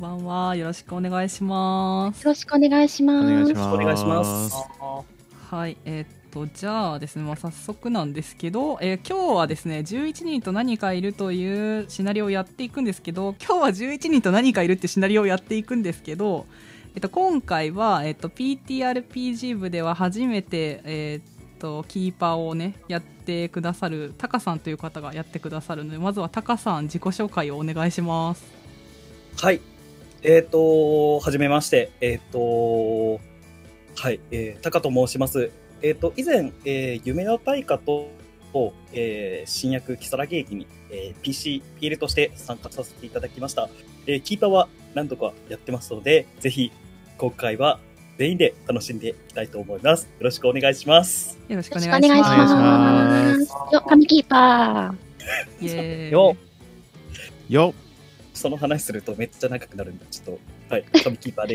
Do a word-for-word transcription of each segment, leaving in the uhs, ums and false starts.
こんばんは。よろしくお願いします。 よろしくお願いします。 お願いします。 よろしくお願いします。 はい、えーっとじゃあですね、まあ、早速なんですけど、えー今日はですねじゅういちにんと何かいるというシナリオをやっていくんですけど、今日はじゅういちにんと何かいるってシナリオをやっていくんですけど、えっと、今回は、えっと、ピーティーアールピージー 部では初めて、えっと、キーパーをねやってくださるタカさんという方がやってくださるので、まずはタカさん自己紹介をお願いします。 はい。えっ、と、はじめまして。えっ、と、はい、えー、タカと申します。えっ、と、以前、えー、夢の大火と、えー、新薬、木更木駅に、えー、ピーシー、ピーエルとして参加させていただきました。えー、キーパーは何度かやってますので、ぜひ、今回は全員で楽しんでいきたいと思います。よろしくお願いします。 よろしくよお願いしろしくお願いします。 ます。よ、神キーパイエーイ。 よよその話するとめっちゃ長くなるんで、ちょっと、はい、神キーパーです。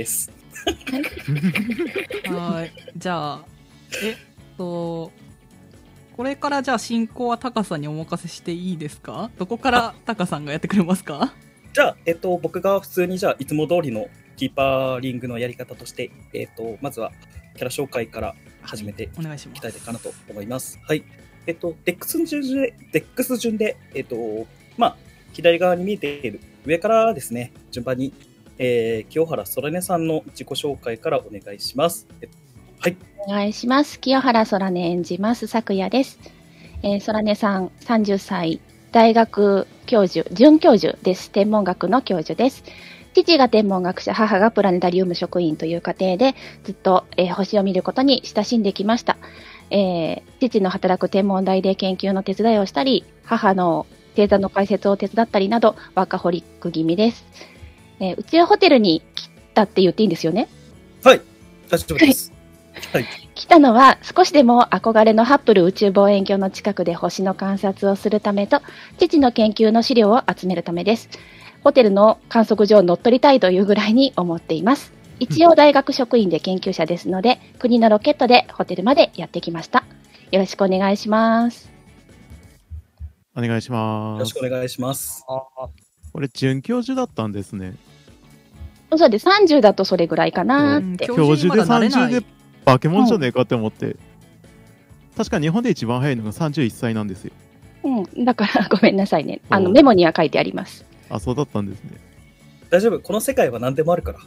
はい、じゃあえっとこれからじゃあ進行はタカさんにお任せしていいですか？どこからタカさんがやってくれますか？ じゃあ、えっと、僕が普通にじゃあ、いつも通りのキーパーリングのやり方として、えっと、まずはキャラ紹介から始めてお願いしまいきたいす。 かなと思います。はい。えっと、デックス順で、デックス順で、えっと、まあ、左側に見えている上からですね、順番に、えー、清原空音さんの自己紹介からお願いします。えっと、はい。 ー。お願いします。清原空音演じます。咲夜です。えー、空音さん、さんじゅっさい、大学教授、准教授です。天文学の教授です。父が天文学者、母がプラネタリウム職員という過程で、ずっと、えー星を見ることに親しんできました。えー父の働く天文台で研究の手伝いをしたり、母の星座の解説を手伝ったりなど、ワーカホリック気味です。えー宇宙ホテルに来たって言っていいんですよね。 はい。大丈夫です。はい。 来たのは少しでも憧れのハッブル宇宙望遠鏡の近くで星の観察をするためと、父の研究の資料を集めるためです。ホテルの観測所を乗っ取りたいというぐらいに思っています。一応大学職員で研究者ですので、国のロケットでホテルまでやってきました。よろしくお願いします。 お願いしよます。 ろしくお願いします。 これ准教授だったんですね。 そうでさんじゅうだとそれぐらいかなーって。 うん教授でまだ慣れないさんじゅうで化け物じゃねえかって思って、確か日本で一番早いのがさんじゅういっさいなんですよ。 うん、だからごめんなさいね。あのうんメモには書いてあります。 あ、そうだったんですね。 大丈夫。この世界は何でもあるから。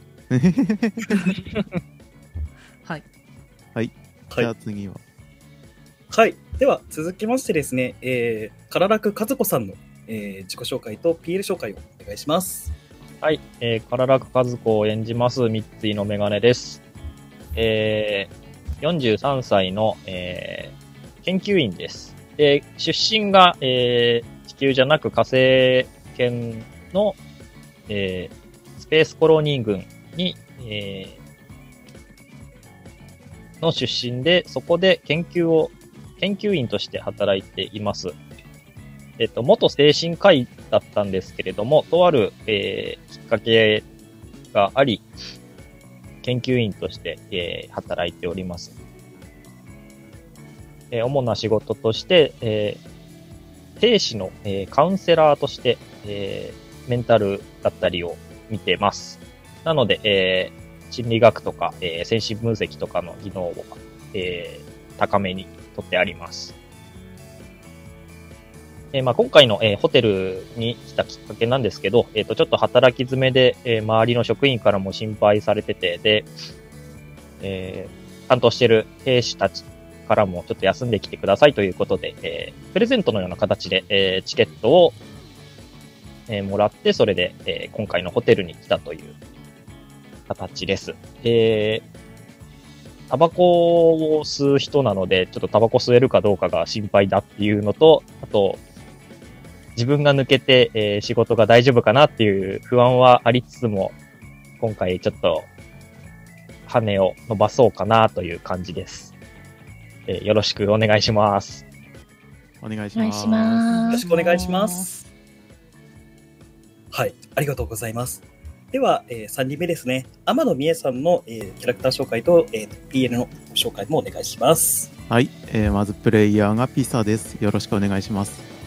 はい。 はいじゃあ次は。 はい。では、続きましてですね、えー、唐楽和子さんの、えー自己紹介と ピーエル 紹介をお願いします。 はい、えー、唐楽和子を演じます三井のメガネです。えー、よんじゅうさんさいの、えー、研究員です。で、出身が、えー、地球じゃなく火星圏の、えー、スペースコロニー軍に、えー、の出身で、そこで研究を、研究員として働いています。えっと、元精神科医だったんですけれども、とある、えー、きっかけがあり、研究員として、えー働いております。えー主な仕事として、えー兵士の、えーカウンセラーとして、えーメンタルだったりを見てます。なので、えー心理学とか、えー精神分析とかの技能を、えー高めにとってあります。えーまあ、今回の、えーホテルに来たきっかけなんですけど、えっと、ちょっと働き詰めで、えー周りの職員からも心配されてて、で、えー担当している兵士たちからもちょっと休んできてくださいということで、えープレゼントのような形で、えーチケットを、えーもらって、それで、えー今回のホテルに来たという形です。えータバコを吸う人なので、ちょっとタバコ吸えるかどうかが心配だっていうのと、あと、自分が抜けて、えー仕事が大丈夫かなっていう不安はありつつも、今回ちょっと、羽を伸ばそうかなという感じです。えーよろしくお願いします。 お願いしお願いします。 ます。 よろしくお願いします。はい。ありがとうございます。では、えー、さんにんめですね。天野美恵さんの、えーキャラクター紹介と、えー ピーエル の紹介もお願いします。 はい、えーまずプレイヤーがピサです。よろしくお願いします。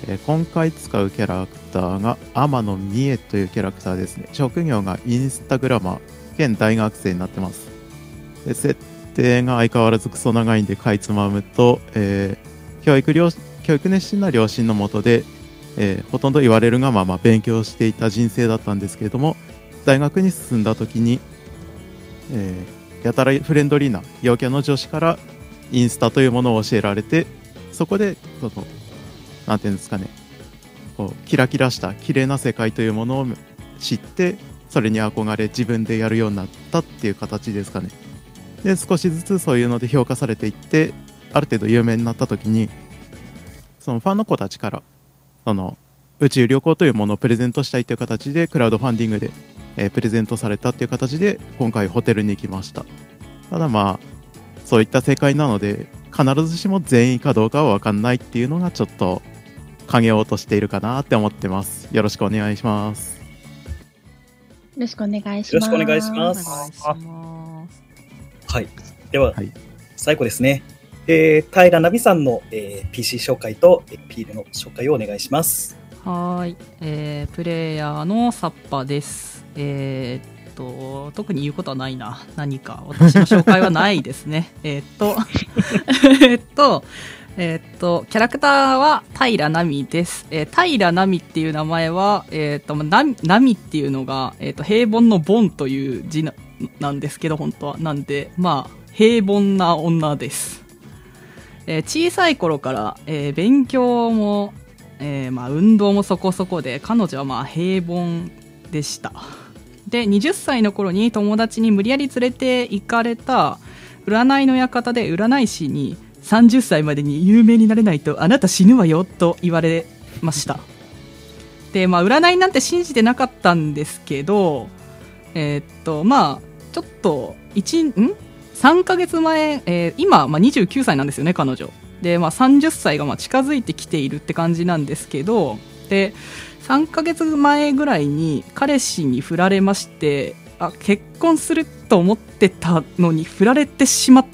えー今回使うキャラクターが天野美恵というキャラクターですね。職業がインスタグラマー兼大学生になってます。で設定が相変わらずクソ長いんでかいつまむと、えー教育両教育熱心な両親のもとで、えーほとんど言われるがまま勉強していた人生だったんですけれども、大学に進んだ時に、えーやたらフレンドリーな陽キャの女子からインスタというものを教えられて、そこでそのなんていうんですかね、こうキラキラした綺麗な世界というものを知って、それに憧れ自分でやるようになったっていう形ですかね。で少しずつそういうので評価されていって、ある程度有名になった時に、そのファンの子たちからその宇宙旅行というものをプレゼントしたいという形でクラウドファンディングで、えープレゼントされたっていう形で今回ホテルに行きました。ただまあそういった世界なので必ずしも全員かどうかは分かんないっていうのがちょっと影を落としているかなって思ってます。よろしくお願いします。 よろしくお願いします。 よろしくお願いしまおす。 願いします。 はい。では、 はい最後ですね。えー、平奈美さんの、えー ピーシー 紹介とえーピールの紹介をお願いします。 はーい、えープレイヤーのサッパです。えーっと特に言うことはないな。何か私の紹介はないですね。えーっとえーっとえーっとキャラクターは平奈美です。えー平奈美っていう名前はえーっとまな奈美っていうのがえーっと平凡の凡という字ななんですけど、本当はなんでまあ平凡な女です。えー小さい頃から、えー勉強もえーまあ、運動もそこそこで、彼女はまあ平凡でした。ではたちの頃に友達に無理やり連れて行かれた占いの館で占い師にさんじゅっさいまでに有名になれないとあなた死ぬわよと言われました。でまあ占いなんて信じてなかったんですけど、えーっとまあちょっといちんさんかげつまえ、えー今、まあ、にじゅうきゅうさいなんですよね、彼女で、まあ、さんじゅっさいがまあ近づいてきているって感じなんですけど、でさんかげつまえぐらいに彼氏に振られまして、あ結婚すると思ってたのに振られてしまった、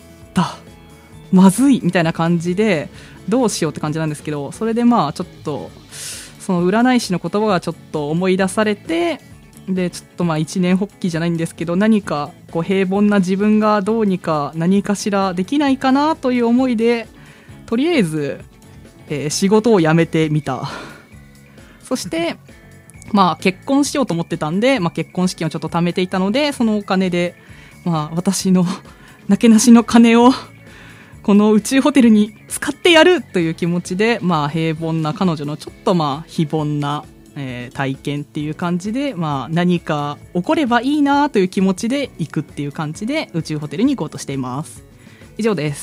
まずいみたいな感じでどうしようって感じなんですけど、それでまあちょっとその占い師の言葉がちょっと思い出されて、でちょっとまあ一年発起じゃないんですけど、何かこう平凡な自分がどうにか何かしらできないかなという思いで、とりあえず、えー仕事を辞めてみた。そしてまあ結婚しようと思ってたんで、まあ、結婚資金をちょっと貯めていたので、そのお金でまあ私のなけなしの金をこの宇宙ホテルに使ってやるという気持ちで、まあ平凡な彼女のちょっとまあ非凡な、えー体験っていう感じで、まあ何か起こればいいなという気持ちで行くっていう感じで宇宙ホテルに行こうとしています。以上です。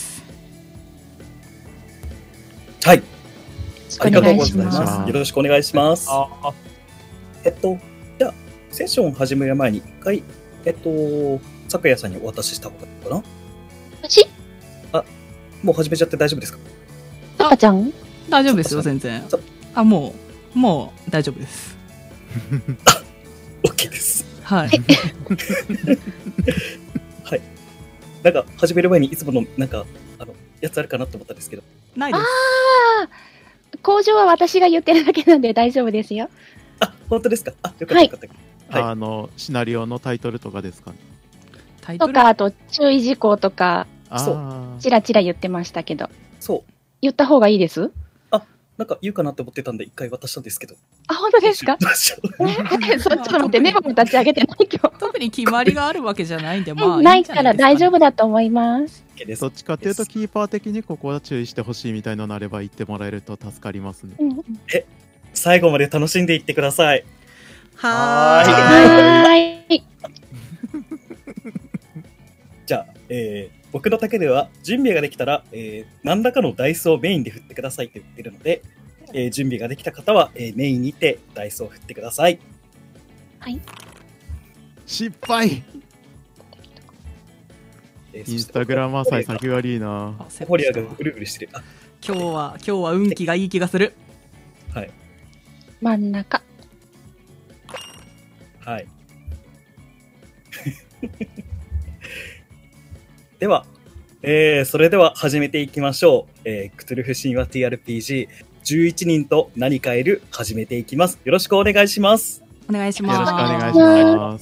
はい。ありがとうございお願いします。よろしくお願いします。 ああ、 えっと、じゃあ、セッションを始める前に一回、えっと、咲夜さんにお渡しした方がいいかな。 私もう始めちゃって大丈夫ですか？ パパちゃん大丈夫ですよ、全然そう。 あ、もうもう大丈夫です。 OK です。 はい。 はい。なんか、始める前にいつもの、なんか、あの、やつあるかなと思ったんですけど。 ないです。 ああ、工場は私が言ってるだけなんで大丈夫ですよ。 あ、本当ですか？あ、よかったはいよかった。はい。 あのシナリオのタイトルとかですかね。 タイトルとか、あと注意事項とか、 そうあちらちら言ってましたけど。 そう。 言った方がいいですなんか言うかなって思ってたんで、一回渡したんですけど。 あ、本当ですかどうしよう。 えそちょっと待って、メモも立ち上げてない今特に決まりがあるわけじゃないんで、まあ日。ないから大丈夫。 夫だと思います。 OK です。 どっちかっていうとキーパー的にここは注意してほしいみたいなのあれば言ってもらえると助かりますね。 うん、 最後まで楽しんでいってください。 はーい。 はーい。 じゃあ、えー僕の竹では準備ができたら、えー何らかのダイスをメインで振ってくださいと言ってるので、えー準備ができた方は、えーメインにてダイスを振ってください。 失敗。 えーインスタグラマーさえそして先悪いな。 あセッホリアトしたわがぐるぐるしてる。あ、 今日は今日は運気がいい気がする。 はい。 真ん中。 はい。では、えーそれでは始めていきましょう。えークトゥルフ神話 ティーアールピージーじゅういちにんと何かいる始めていきます。よろしくお願いします。 お願いします。 よろしくお願いします。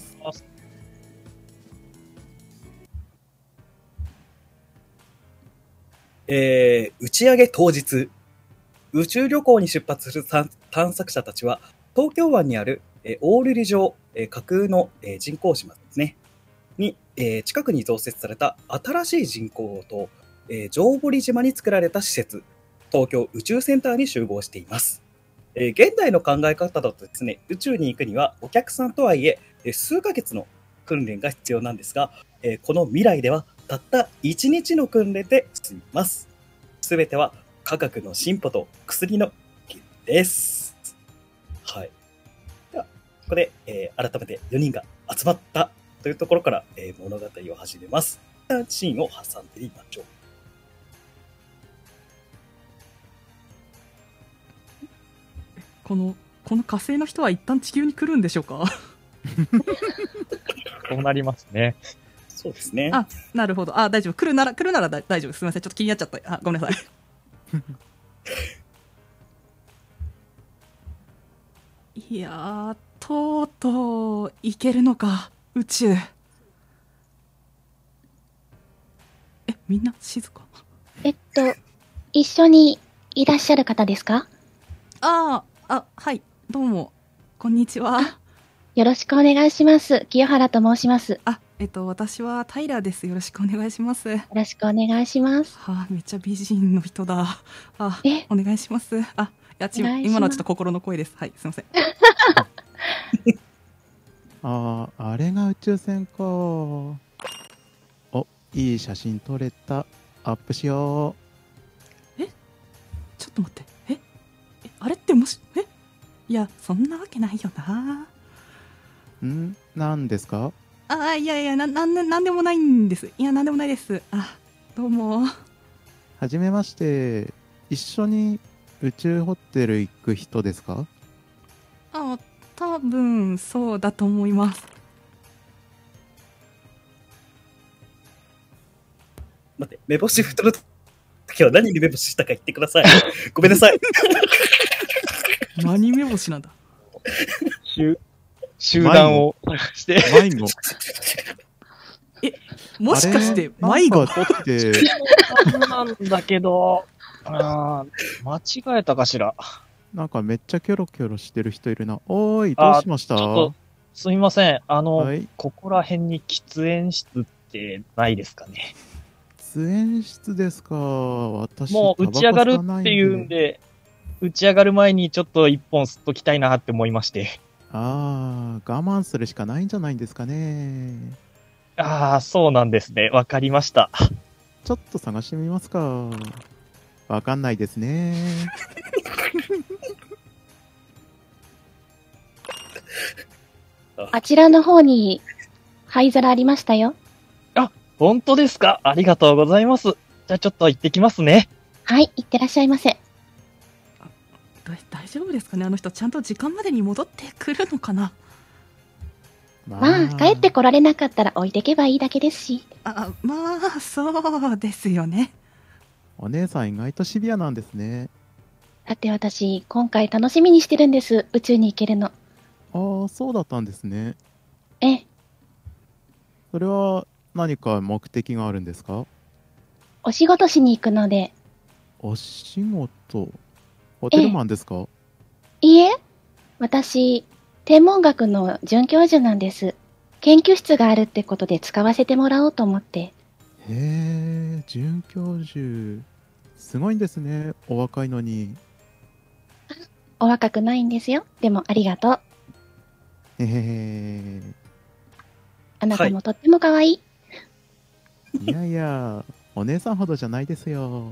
えー、打ち上げ当日、宇宙旅行に出発する探索者たちは、東京湾にある、えー、オールリ上、えー、架空の、えー、人工島ですね、に、えー、近くに増設された新しい人工島、えー、上堀島に作られた施設、東京宇宙センターに集合しています。えー、現代の考え方だとですね、宇宙に行くにはお客さんとはいえ、えー、数ヶ月の訓練が必要なんですが、えー、この未来ではたったいちにちの訓練で済みます。すべては科学の進歩と薬の研究です。はい。では、ここで、えー、改めてよにんが集まったというところから、えー、物語を始めます。一旦シーンを挟んでみましょう。 この、この火星の人は一旦地球に来るんでしょうか？ そうなりますね。 そうですね。 あ、なるほど。あ、大丈夫。来るなら、来るなら大丈夫。すみません。ちょっと気になっちゃった。あ、ごめんなさい。いやー、とうとう行けるのか、宇宙。え、みんな静か。 えっと、一緒にいらっしゃる方ですか？ ああ、あ、はい。どうも。こんにちは。 よろしくお願いします。清原と申します。 あ、えっと、私はタイラーです。よろしくお願いします。よろしくお願いします。 はあ、めっちゃ美人の人だ。あ、 えお願いします。あ、いや、ち今のはちょっと心の声です。はい、すみません。 ああ、あれが宇宙船か。お、いい写真撮れた。アップしよう。え、ちょっと待って。え、えあれってもし、え、いや、そんなわけないよな。 ん、なんですか？ あ、いやいや、な、なんで、なんでもないんです。いや、なんでもないです。あ、どうも。 はじめまして。一緒に宇宙ホテル行く人ですか？ あ、多分そうだと思います。 待って、目星振るときは何に目星したか言ってください。ごめんなさい。 何目星なんだ。 集集団をして。 迷子。 え、もしかして迷子ってなんだけど、あ間違えたかしら。 なんかめっちゃキョロキョロしてる人いるな。おーい、どうしました？ ちょっとすみません。あの、 はい、 ここら辺に喫煙室ってないですかね。 喫煙室ですか。私もう打ち上がるっていうんで、打ち上がる前にちょっと一本吸っときたいなって思いまして。 ああ、我慢するしかないんじゃないんですかね。 ああ、そうなんですね。わかりました。 ちょっと探してみますか。わかんないですね。 あちらの方に灰皿ありましたよ。 あ、本当ですか？ありがとうございます。じゃあちょっと行ってきますね。 はい、行ってらっしゃいませ。 大丈夫ですかね、あの人ちゃんと時間までに戻ってくるのかな。 まあ、まあ、帰ってこられなかったら置いてけばいいだけですし。 あ、まあそうですよね。 お姉さん意外とシビアなんですね。 だって私今回楽しみにしてるんです。宇宙に行けるの。 ああ、そうだったんですね。 ええ。 それは何か目的があるんですか？ お仕事しに行くので。 お仕事？ホテルマンですか？ いいえ、私、天文学の准教授なんです。研究室があるってことで使わせてもらおうと思って。 へえ、准教授。すごいんですね、お若いのに。 お若くないんですよ。でもありがとう。 へへあなたもとっても可愛い。 いやいや、お姉さんほどじゃないですよ。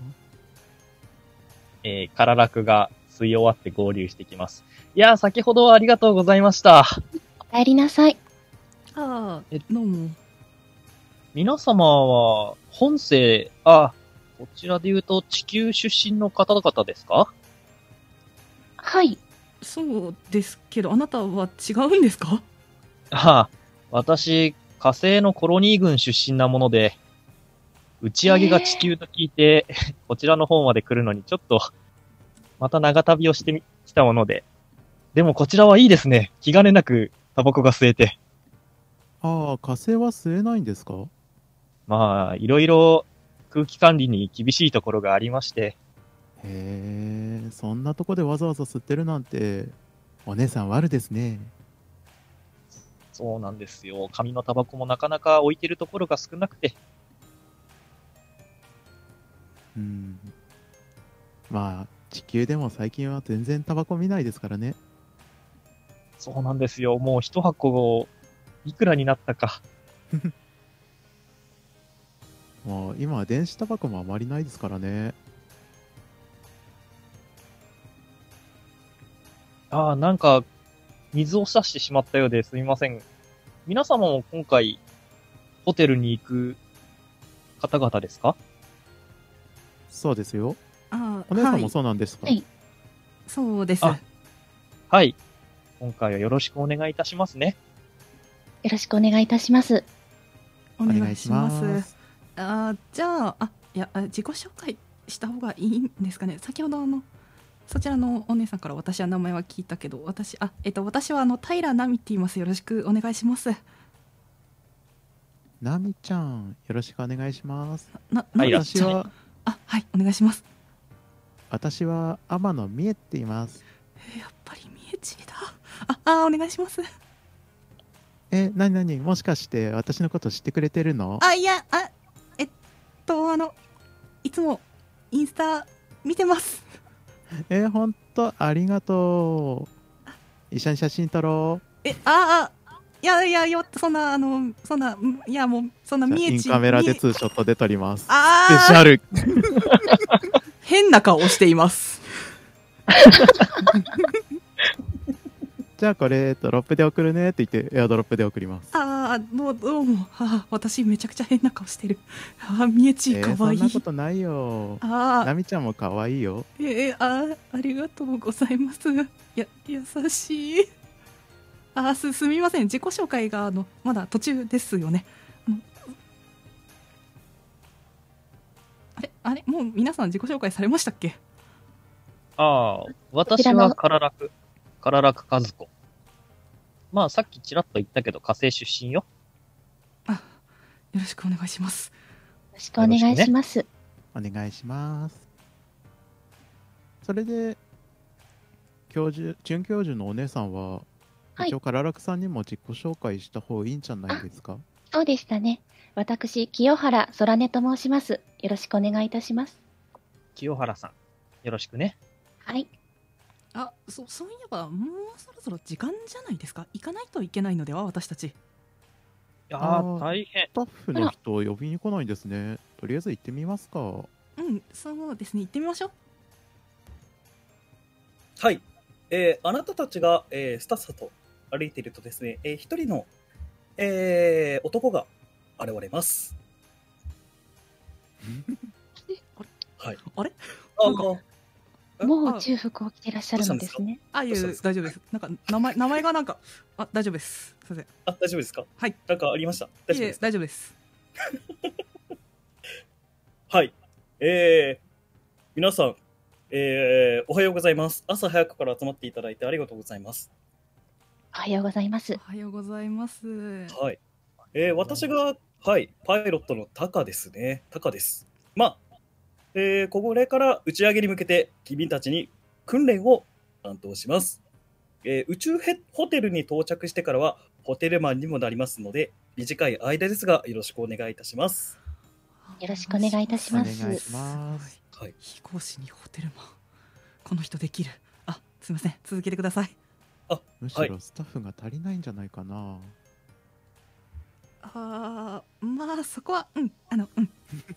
えー、カララクが吸い終わって合流してきます。いやー、先ほどはありがとうございました。 お帰りなさい。 ああ、どうも。 皆様は、本世、あ、こちらで言うと地球出身の方々ですか？ はい。 そうですけど、あなたは違うんですか？ ああ、私、火星のコロニー軍出身なもので、打ち上げが地球と聞いて、こちらの方まで来るのにちょっと、 また長旅をしてきたもので。でもこちらはいいですね。気兼ねなくタバコが吸えて。 ああ、火星は吸えないんですか？ まあ、いろいろ空気管理に厳しいところがありまして。 へえ、そんなとこでわざわざ吸ってるなんて、お姉さん悪ですね。 そうなんですよ。紙のタバコもなかなか置いてるところが少なくて。 うん。まあ、地球でも最近は全然タバコ見ないですからね。 そうなんですよ。もう一箱いくらになったか。 もう今は電子タバコもあまりないですからね。 ああ、なんか、水を差してしまったようですみません。皆様も今回、ホテルに行く方々ですか？ そうですよ。 あお姉さんはい、 もそうなんですか？ はいそうです。 あはい。今回はよろしくお願いいたしますね。 よろしくお願いいたします。 お願いします。 お願いしますあじゃあ、あいやあ自己紹介した方がいいんですかね。先ほどあのそちらのお姉さんから私は名前は聞いたけど、私あえっと私はあの平奈美って言います。よろしくお願いします。 ナミちゃん、よろしくお願いします。 なはいな私は、 あはいお願いします。 私は天野美恵って言います。 えーやっぱりみえちだ。ああお願いします。 え、なになに、もしかして私のこと知ってくれてるの？ あいやあえっとあのいつもインスタ見てます。 え、ほんとありがとう。一緒に写真撮ろう。 えああいやいやよそんなあのそんなんいやもうそんなじゃあみえちインカメラでみえツーショットで撮ります。スペあーシャル。 変な顔をしています。 じゃあこれドロップで送るねって言ってエアドロップで送ります。 ああどうどうもあ私めちゃくちゃ変な顔してる。あみえちえー、 かわいい。 そんなことないよ。 あナミちゃんも可愛いよ。 えー、あありがとうございます。や優しい。あすすみません自己紹介があのまだ途中ですよね。あのあれあれもう皆さん自己紹介されましたっけ？ ああ、私はカララク、カララクカズコ。まあ、さっきちらっと言ったけど、火星出身よ。 あよろしくお願いします。 よろしくお願いします。 お願いします。それで教授准教授のお姉さんは、 はい一応カララクさんにも自己紹介した方がいいんじゃないですか？ そうでしたね。私、清原空音と申します。よろしくお願いいたします。 清原さん、よろしくね。 はい。 あそそういえばもうそろそろ時間じゃないですか。行かないといけないのでは私たち。 いやあー、 ー大変。 スタッフの人を呼びに来ないんですね。とりあえず行ってみますか。 うんそうですね行ってみましょう。 はい。えーあなたたちが、えースタッサと歩いているとですね、えー一人の、えー男が現れます。はい。 あれあなんかあえもうあ中服を着てらっしゃるのですね。 あいえどうしたんですか大丈夫です。なんか名前名前がなんかあ大丈夫です。すいません。 あ、大丈夫ですか？ はい。 なんかありました大丈夫いえですか？ 大丈夫です。 はい。えー、皆さん、えー、おはようございます。朝早くから集まっていただいてありがとうございます。 おはようございますお。はようございます。 はい。えー、私が、はい、パイロットのタカですね。タカです。まあ、えー、これから打ち上げに向けて君たちに訓練を担当します。えー宇宙ヘホテルに到着してからはホテルマンにもなりますので、短い間ですがよろしくお願いいたします。 よろしくお願いいたしおます願いします。 はい。 飛行士にホテルマンこの人できる。あすいません続けてください。 むしはいろスタッフが足りないんじゃないかな。 あーまあそこはうんあのうん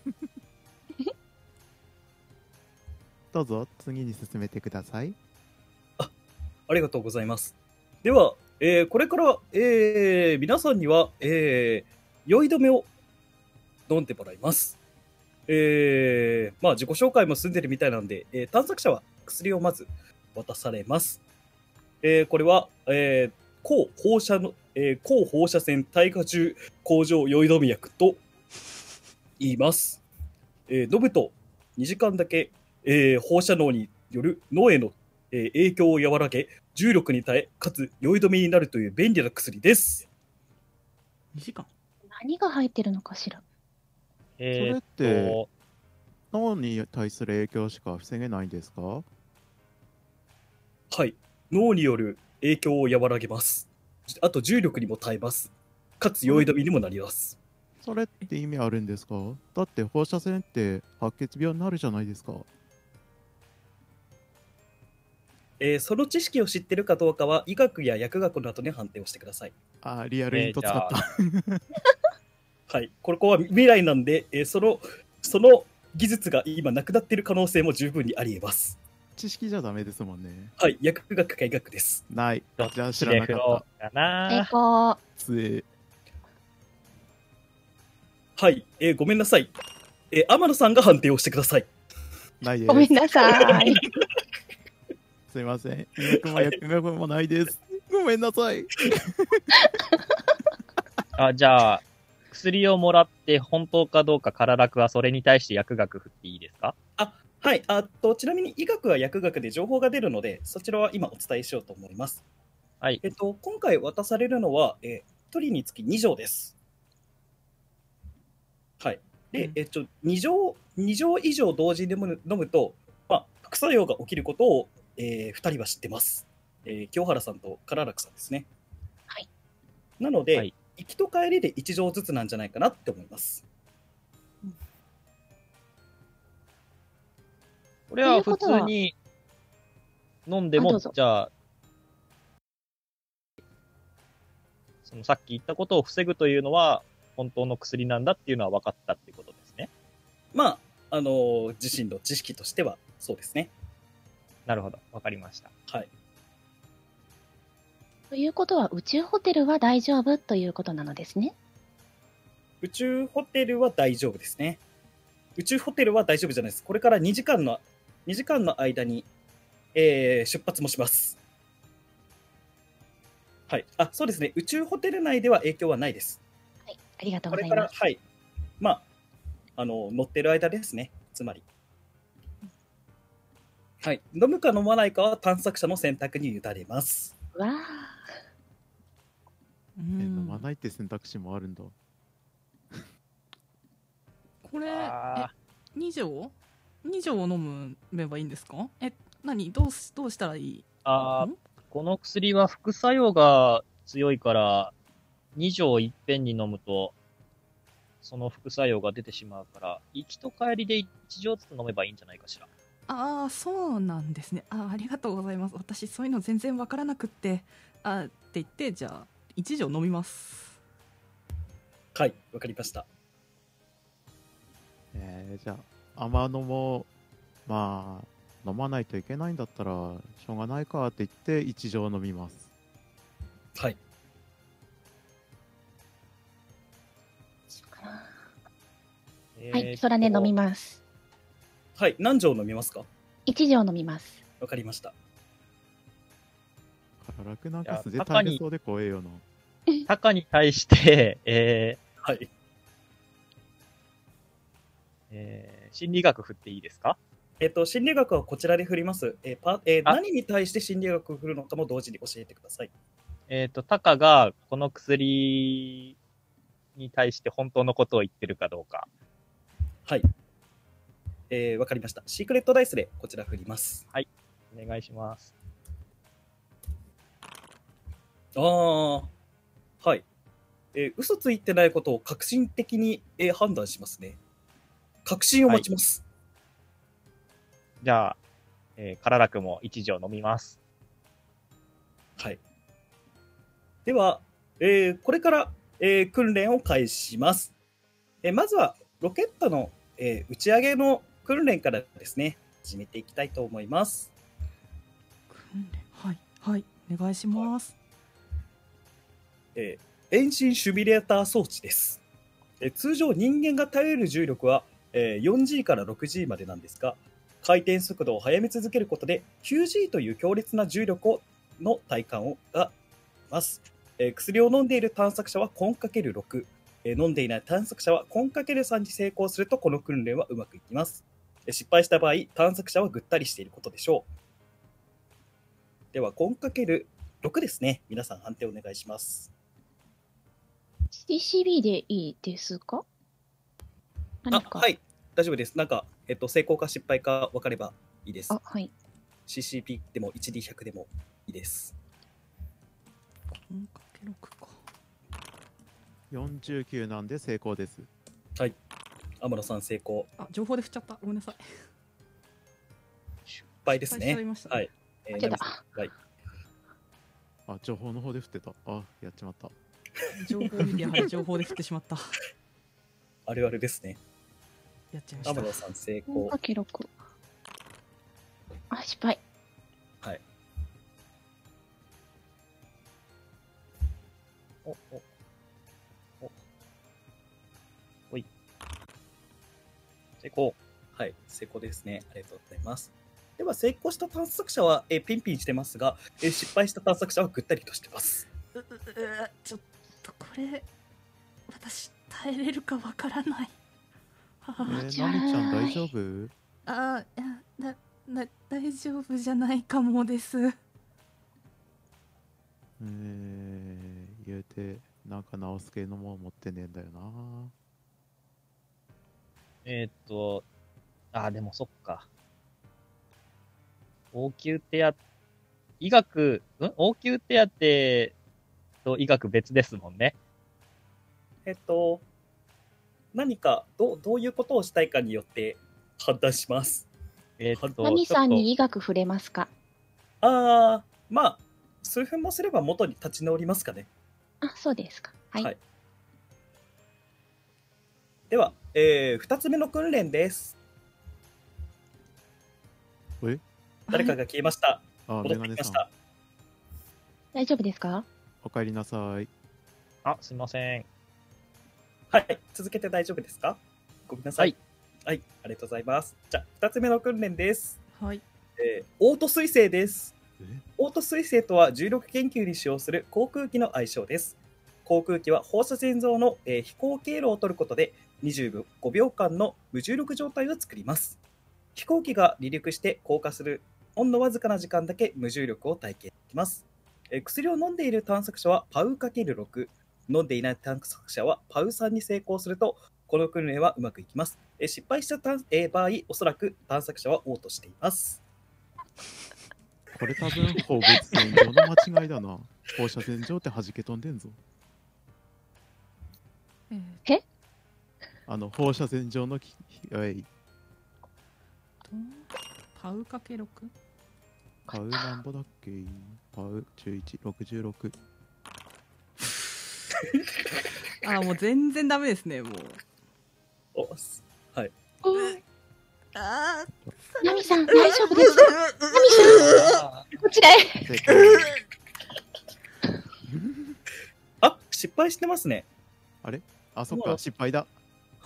どうぞ次に進めてください。 ありがとうございます。では、えーこれから、えー皆さんには、えー酔い止めを飲んでもらいます。えーまあ自己紹介も済んでるみたいなんで、えー探索者は薬をまず渡されます。えーこれは、えー抗放射の、えー抗放射線耐荷重工場酔い止め薬と言います。えー飲むとにじかんだけ、えー放射能による脳への、えー影響を和らげ、重力に耐え、かつ酔い止めになるという便利な薬です。 にじかん。 何が入ってるのかしら。 えーっそれってと、 脳に対する影響しか防げないんですか？ はい。脳による影響を和らげます。あと重力にも耐えます。かつ酔い止めにもなります。 それって意味あるんですか？だって放射線って白血病になるじゃないですか。 えーその知識を知っているかどうかは医学や薬学などで判定をしてください。 あーリアルイント使った。 はい。ここは未来なんで、えーその、その技術が今なくなっている可能性も十分にあり得ます。 知識じゃダメですもんね。 はい。薬学か医学です。 ない。 どっじゃあちで知らなかっ振ろた。 うか成な。 功。 つえ。 はい。えーごめんなさい。えー天野さんが判定をしてください。 ないです。 ごめんなさい。 すいません。医学も薬学もないです。ごめんなさい。 あ、じゃあ、薬をもらって本当かどうかカララクはそれに対して薬学振っていいですか？ はい。あと、ちなみに医学は薬学で情報が出るので、そちらは今お伝えしようと思います。 はい。 えっと、今回渡されるのは、えー、ひとりにつきに錠です。はい。で、 うんえっと、に錠、に錠以上同時に飲む飲むと、まあ、副作用が起きることを、えー、ふたりは知ってます。えー、清原さんと唐楽さんですね。 はい。 なので、 はい行きと帰りでいち錠ずつなんじゃないかなって思います。 これは普通に飲んでも、 あどうぞじゃあ、そのさっき言ったことを防ぐというのは、本当の薬なんだっていうのは分かったっていうことですね。 まあ、あのー自身の知識としてはそうですね。 なるほど。分かりました。 はい。 ということは、宇宙ホテルは大丈夫ということなのですね。 宇宙ホテルは大丈夫ですね。宇宙ホテルは大丈夫じゃないです。これからにじかんの、にじかんの間に、えー出発もします。はい。あ、そうですね。宇宙ホテル内では影響はないです。 はい。ありがとうこれから、 ございます。 はい。まあ、あの、乗ってる間ですね。つまり。はい。飲むか飲まないかは探索者の選択に委ねます。 わあ。 うえ飲んまないって選択肢もあるんだ。 これ、えあ、 に錠 ?に 錠を飲めばいいんですか？え、何どうし、どうしたらいいあーんこの薬は副作用が強いから、に錠いっぺんに飲むと、その副作用が出てしまうから、行きと帰りでいち錠ずつ飲めばいいんじゃないかしら。 ああ、そうなんですね。あーありがとうございます。私、そういうの全然わからなくって。あーって言って、じゃあ、いち錠飲みます。 はい。わかりました。 えー、じゃあ、天野も、まあ、飲まないといけないんだったら、しょうがないかって言って、一錠飲みます。 はい。 はい。そらね飲みます。 はい。何錠飲みますか？ いち錠飲みます。 わかりました。 から楽なんか素いでや大変そうで怖えよな。 タカに対して、えーはい。 えー心理学振っていいですか？ えっと、心理学はこちらで振ります。えーパえーあ何に対して心理学を振るのかも同時に教えてください。 えっ、と、タカがこの薬に対して本当のことを言ってるかどうか。 はい。えーわかりました。シークレットダイスでこちら振ります。 お願いします。 ああ、はい。えー嘘ついてないことを革新的に、えー判断しますね。確信を持ちます。 じゃあ、えー、カララクも一錠飲みます。 はい。では、えーこれから、えー訓練を開始します。えーまずは、ロケットの、えー打ち上げの訓練からですね、始めていきたいと思います。 訓練はい、はい、お願いします。 えー遠心シミュレーター装置です。えー通常人間が耐える重力は、えー よんジー から ろくジー までなんですが、回転速度を速め続けることで きゅうジー という強烈な重力をの体感をがます、えー薬を飲んでいる探索者はコン ×ろく、えー飲んでいない探索者はコン ×さん に成功するとこの訓練はうまくいきます。 え失敗した場合、探索者はぐったりしていることでしょう。では、ごかけるろく ですね。皆さん判定お願いします。 シーシービー でいいですか？何か。 あ、はい。大丈夫です。なんか、えっと、成功か失敗か分かればいいです。 あ、はい。 シーシーピー でも いちディーひゃく でもいいです。 ごかけろくか。 よんじゅうきゅうなんで成功です。 はい。天野さん成功。 あ、情報で振っちゃった。ごめんなさい。 失敗ですね。 失敗しちゃいましたねはい。えー、 出たナミさんはい。 あ、情報の方で振ってた。あ、やっちまった。 情報を見てやはり情報で振ってしまった。 あるあるですね。 やっちゃいました。 天野さん成よん功。 かけるろく。あ、失敗。 はい。 お、お、お、おい。成功。 はい。成功ですね。ありがとうございます。では、成功した探索者は、えーピンピンしてますが、えー失敗した探索者はぐったりとしてます。 うううちょっとこれ私耐えれるかわからない。 えはあー、ナミちゃん大丈夫？ あいやだだ大丈夫じゃないかもです。 えー、言うて、なんか直す系のもん持ってねえんだよな。 えーっと、あ、でもそっか。応急手当、医学、ん応急手当と医学別ですもんね。 えっと、何かどう、どういうことをしたいかによって判断します。 えーっと、 ナミさんにちょっ医学触れますか？ あー、まあ、数分もすれば元に立ち直りますかね。 あ、そうですか。はい。 はいでは、えー、ふたつめの訓練です。 え誰かが消えました。 あ、 戻メガネさん。 ってきました。 大丈夫ですか？ お帰りなさい。 と、あ、すいません。 はい、続けて大丈夫ですか？ごめんなさい。はい、ありがとうございます。じゃあ、ふたつめの訓練です。 はい。 えー、オート水星です。 えオート水星とは重力研究に使用する航空機の愛称です。航空機は放射線上の、えー飛行経路を取ることでにじゅうごびょうかんの無重力状態を作ります。飛行機が離陸して降下するほんのわずかな時間だけ無重力を体験できます。えー薬を飲んでいる探索者はパウ ×ろく、飲んでいない探索者はパウさんに成功すると、この訓練はうまくいきます。えー失敗したたんえー場合、おそらく探索者は嘔吐しています。 これ多分放物線上の間違いだな。放射線上って弾け飛んでんぞ。 えーっあの放射線上のき、はい、 とパウかけろく。 パウなんぼだっけ？パウじゅういち、ろくじゅうろく。 あもう全然ダメですねもう。 おすはい。 おーあナミさん、大丈夫ですか？ナミさん、こちらへ。 正解。 あ、失敗してますね。 あ、そっか、失敗だ。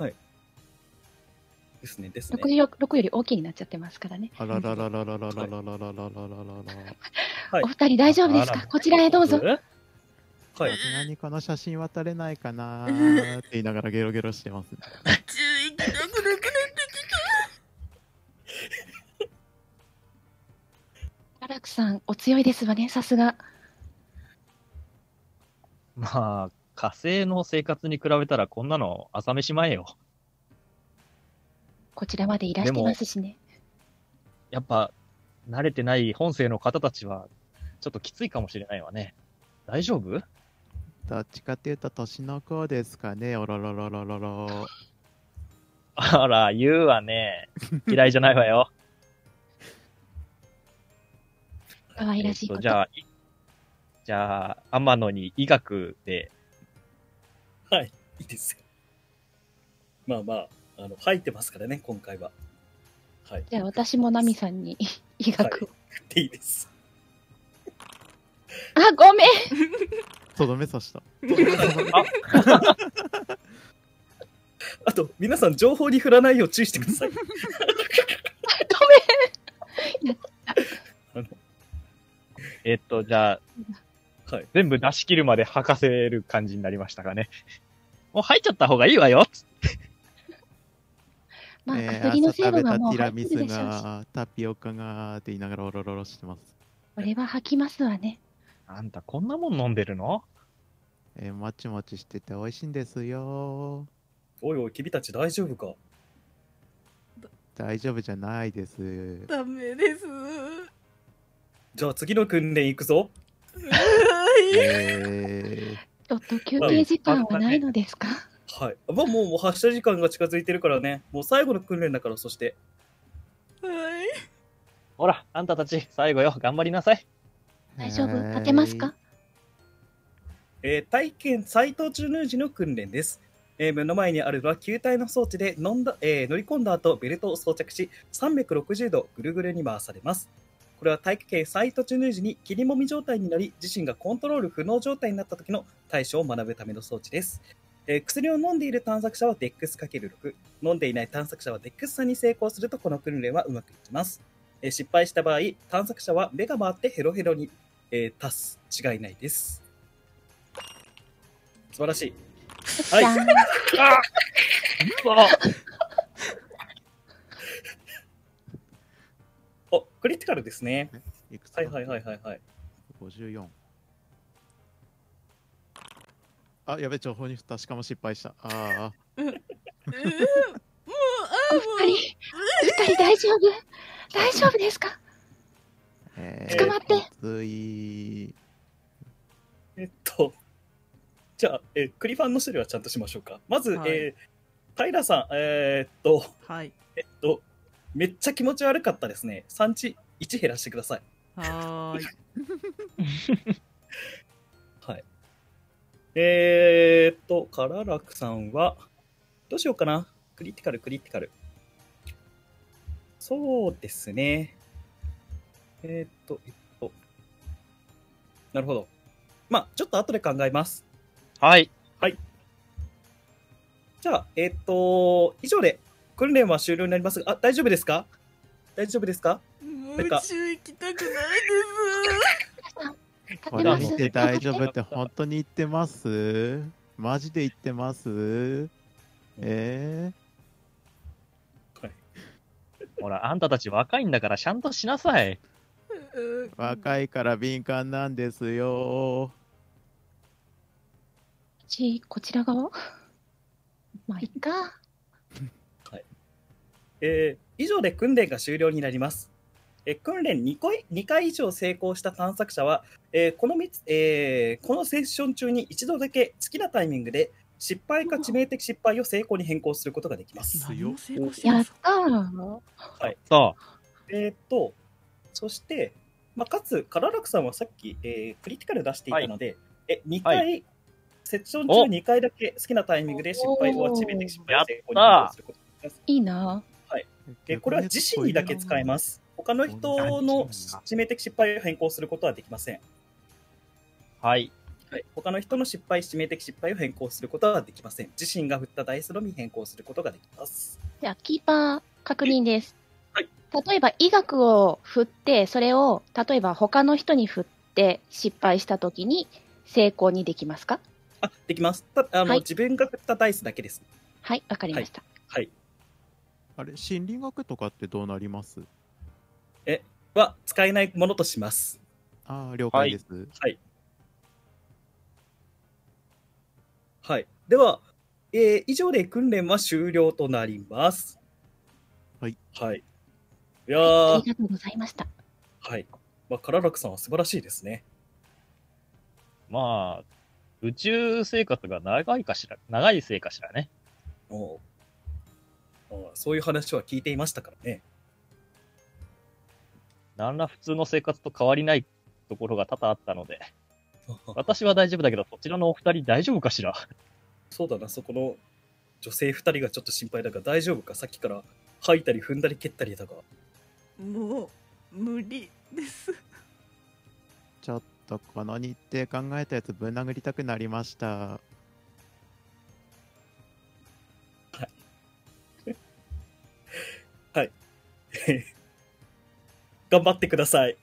ですね、ですね。 ろくじゅうろくより大きいになっちゃってますからね。 あららららららららららららららら。 はいお二人大丈夫ですあらか？こちらへどうぞ。 はい。 何かの写真渡れないかなーって言いながらゲロゲロしてます。 アラクさん、お強いですわね、さすが。 まあ、火星の生活に比べたらこんなの朝飯前よ。 こちらまでいらしてますしね。 やっぱ、慣れてない本性の方たちは、ちょっときついかもしれないわね。大丈夫？ どっちかっていうと年の子ですかね。おらららららら。 あら、言うわね。嫌いじゃないわよ。 可愛らしいこと。 えっとじゃあ、いじゃあ、天野に医学で、 はい。いいですよ。まあまあ、あの、入ってますからね、今回は。はい。 じゃあ私もナミさんに医学を。 でいいです。 あ、ごめん。 とどめさした。 あと、皆さん、情報に振らないよう注意してください。あのえっと、じゃあ、 はい。 全部出し切るまで吐かせる感じになりましたかね。もう入っちゃった方がいいわよ。 まあ、 えー薬の成朝食べ分はもうたティラミス入ってるでしょうし、 が、タピオカがって言いながらオロロロしてます。 これは吐きますわね。 あんたこんなもん飲んでるの？ えーもちもちしてて美味しいんですよ。 おいおい、君たち大丈夫か？ 大丈夫じゃないです。 ダメです。 じゃあ次の訓練行くぞ。 えちょっと休憩時間はないのですか？ はい。まあもうもう発射時間が近づいてるからね。もう最後の訓練だから、そして。 はい。 ほら、あんたたち、最後よ、頑張りなさい。 ー、 大丈夫？立てますか？ えー体験再突入時の訓練です。えー目の前にあるのは球体の装置で飲んだ、えー乗り込んだ後ベルトを装着しさんびゃくろくじゅうどぐるぐるに回されます。これは体験再突入時に切りもみ状態になり自身がコントロール不能状態になった時の対処を学ぶための装置です。えー薬を飲んでいる探索者は デックスかけるろく、飲んでいない探索者は デックスさん に成功するとこの訓練はうまくいきます。えー失敗した場合探索者は目が回ってヘロヘロに、えー、達す違いないです。素晴らしい。はいじゃんお、クリティカルですね。 いくつはいはいはいはいはい。 ごじゅうよん。あ、やべ、情報に振った。しかも失敗した。ああ。 うんもう、あお二人、お二人大丈夫？大丈夫ですか？ え捕まってきつい。 えっと、じゃあ、えークリファンの処理はちゃんとしましょうか。まず、 はいえー、平さん、えーっと、 はい。 えっと、めっちゃ気持ち悪かったですね。産地いち減らしてください。 はーい。 はい。えーっと、カララクさんは、どうしようかな。クリティカル、クリティカル。そうですね。えーっと、えっと。なるほど。まあ、ちょっと後で考えます。 はい。 じゃあ、えーっと、以上で訓練は終了になりますが、あ、大丈夫ですか？大丈夫ですか？ もうなんか宇宙行きたくない立てます？ これ見て大丈夫って本当に言ってます？マジで言ってます？えほら、あんたたち若いんだからちゃんとしなさい。 です。うんー、若いから敏感なんですよ。 ちこちら側？まあ、いっか。 えー以上で訓練が終了になります。えー訓練にかい、にかい以上成功した探索者は、えーこのみっつえーこのセッション中に一度だけ好きなタイミングで失敗か致命的失敗を成功に変更することができます。 何も成功してないやったー。 そえーっと、そして、まあ、かつ、カララクさんはさっき、えークリティカル出していたので、えにかい、 はセッション中にかいだけ好きなタイミングで失敗は致命的失敗を成功に変更することができます。 いいな。 でこれは自身にだけ使えます。他の人の致命的失敗を変更することはできません。 う。はい。 はい、他の人の失敗、致命的失敗を変更することはできません。自身が振ったダイスのみ変更することができます。 じゃあ、キーパー確認です。 はい例えば、医学を振って、それを、例えば他の人に振って失敗したときに成功にできますか？ あ、できます。たあの、 はい自分が振ったダイスだけです。 はい、わかりました。 はい。 あれ、心理学とかってどうなります？ は使えないものとします。 ああ、了解です。 はい。では、えー以上で訓練は終了となります。 はい。 はい。いやあー、 りがとうございました。 はい。まあ、カララクさんは素晴らしいですね。 まあ、宇宙生活が長いかしら、長いせいかしらね。 おうあーそういう話は聞いていましたからね。 なんら普通の生活と変わりないところが多々あったので、私は大丈夫だけど、そちらのお二人大丈夫かしら。 そうだな、そこの女性ふたりがちょっと心配だが大丈夫か？さっきから吐いたり踏んだり蹴ったりだが。 もう無理です。 ちょっとこの日程考えたやつぶん殴りたくなりました。 頑張ってください。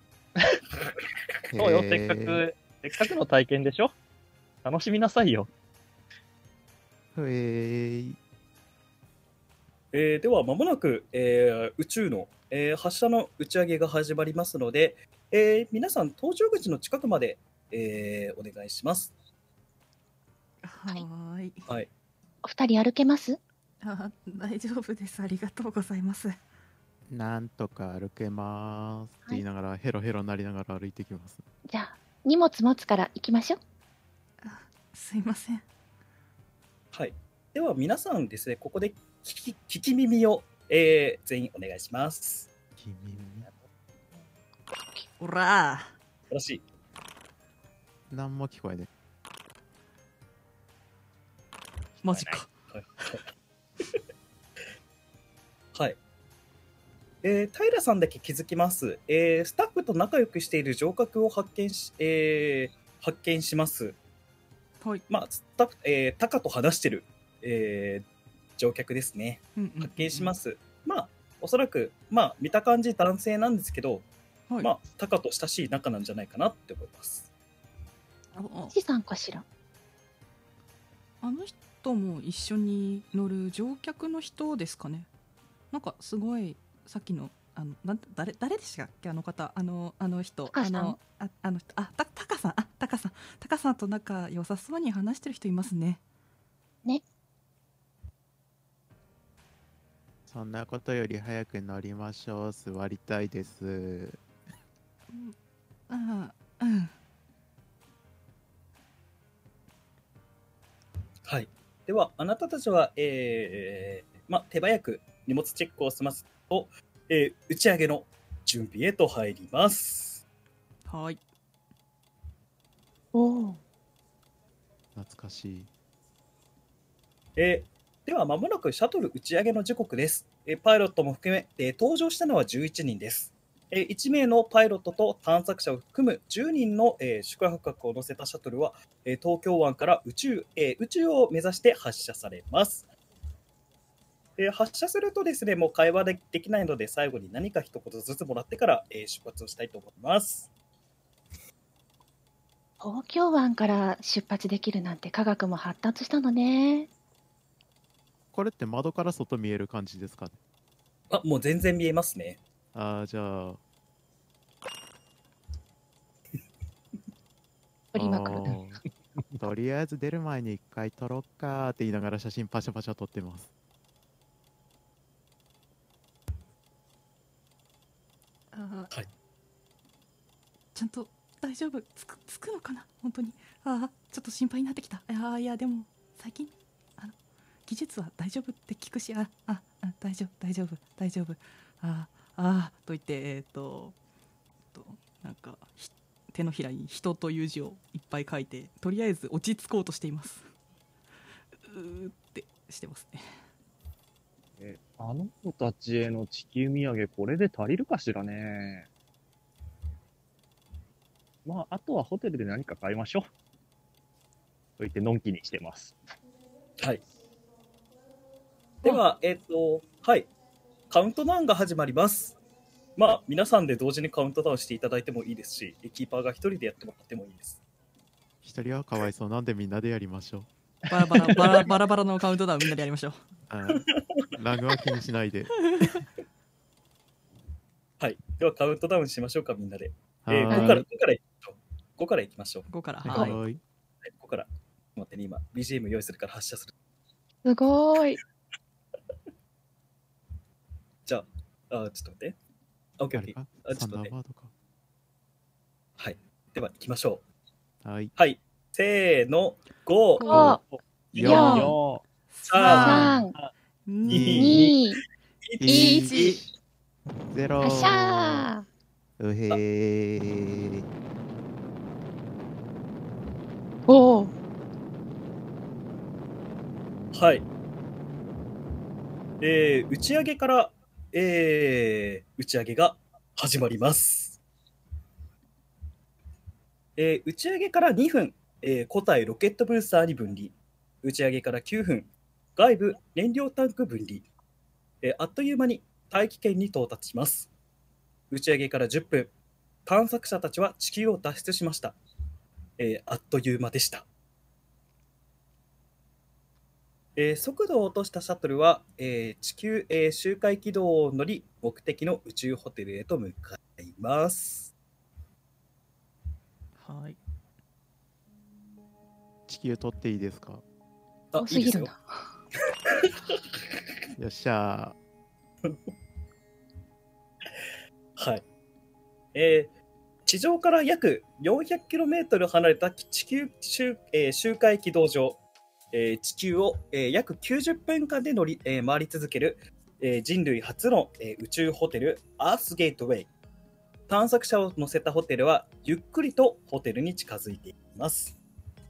そうよ、 へーせっかく、せっかくの体験でしょ？楽しみなさいよ。 ふえーい。 えーでは、まもなく、えー宇宙の、えー発射の打ち上げが始まりますので、えー皆さん、搭乗口の近くまで、えーお願いします。 はーい。 はい。 お二人歩けます？ あ、大丈夫です。ありがとうございます。 なんとか歩けますって言いながら、ヘロヘロなりながら歩いてきます。 じゃあ、荷物持つから行きましょう。 あ、すいません。 はい。では、皆さんですね、ここで聞き聞き耳を、えー全員お願いします。 君におらよろしい。 何も聞こえない。 ー、マジか。 はい。はい。えー平さんだけ気づきます。えースタッフと仲良くしている乗客を発見し、えー発見します。 はい。 まあ、スタッフ、えータカと話してる、えー乗客ですね。 うんうんうんうん発見しま。す。まあ、おそらく、まあ、見た感じ男性なんですけど、 はい。 まあ、タカと親しい仲なんじゃないかなって思います。 ああじさんかしら。 あの人も一緒に乗る乗客の人ですかね。なんかすごいさっきのあのなん誰誰でしたっけあの方あのあの人タカさんあのああの人あたタカさんあタカさんタカさんと仲良さそうに話してる人いますね。 そんなことより早く乗りましょう。座りたいです。 うんああうんはい。では、あなたたちは、えーまあ、手早く荷物チェックを済ますと、えー打ち上げの準備へと入ります。 はいおお。 懐かしい。 えーでは、まもなくシャトル打ち上げの時刻です。えーパイロットも含め、えー搭乗したのはじゅういちにんです。えーいち名のパイロットと探索者を含むじゅうにんの、えー宿泊客を乗せたシャトルは、えー東京湾から宇宙、えー宇宙を目指して発射されます。えー発射するとですね、もう会話でできないので、最後に何か一言ずつもらってから、えー出発をしたいと思います。 東京湾から出発できるなんて科学も発達したのね。 これって窓から外見える感じですかね。 あ、もう全然見えますね。 ああ、じゃあ。 振りまくる。 あーとりあえず出る前に一回撮ろっかーって言いながら写真パシャパシャ撮ってます。 あはいちゃんと大丈夫つくつくのかな本当にああちょっと心配になってきた。いやいやでも最近あの技術は大丈夫って聞くしあああ大丈夫大丈夫大丈夫ああと言ってえっ、ととなんかひ手のひらに人という字をいっぱい書いてとりあえず落ち着こうとしています。うーってしてますね。 えあの子たちへの地球土産、これで足りるかしらね。まあ、あとはホテルで何か買いましょう。と言ってのんきにしてます。 はい。では、えっ、と、はい。カウントダウンが始まります。まあ、皆さんで同時にカウントダウンしていただいてもいいですし、キーパーが一人でやってもらってもいいです。 一人はかわいそうなんでみんなでやりましょう。 バラバラバラバラバラのカウントダウンみんなでやりましょう。 あラグは気にしないで。 はい。では、カウントダウンしましょうか、みんなで。えー、 はごから、ごからいきましょう。ごからいきましょう。 ごからーはい。 い。 はい、ごから。待ってね、今、ビージーエム 用意するから発射する。 すごーい。 じゃあ、あ、ちょっと待って。あ、オッケーオッケー。 あれかあ、ちサょっと待って。 ンダーバードか。 はい。では、行きましょはい。 う。はい。せーの、ご、 ご、 よ四よさん、 三、 に二、 い一ち。 ゼロ発射うへー。 おお。 はい。えー、打ち上げから、えー、打ち上げが始まります。えー、打ち上げからにふん、えー、固体ロケットブースターに分離。打ち上げからきゅうふん、外部燃料タンク分離。えー、あっという間に大気圏に到達します。打ち上げからじゅっぷん、探索者たちは地球を脱出しました。えー、あっという間でした。 えー速度を落としたシャトルは、えー地球、えー周回軌道を乗り、目的の宇宙ホテルへと向かいます。 はい。 地球取っていいですか？ あ、 多いいですよ。 すぎるな。 よっしゃはい。えー地上から約 よんひゃくキロメートル 離れた地球周,、えー周回軌道上、えー地球を、えー約きゅうじゅっぷんかんで乗り、えー回り続ける、えー人類初の、えー宇宙ホテル、アースゲートウェイ。探索者を乗せたホテルは、ゆっくりとホテルに近づいていきます。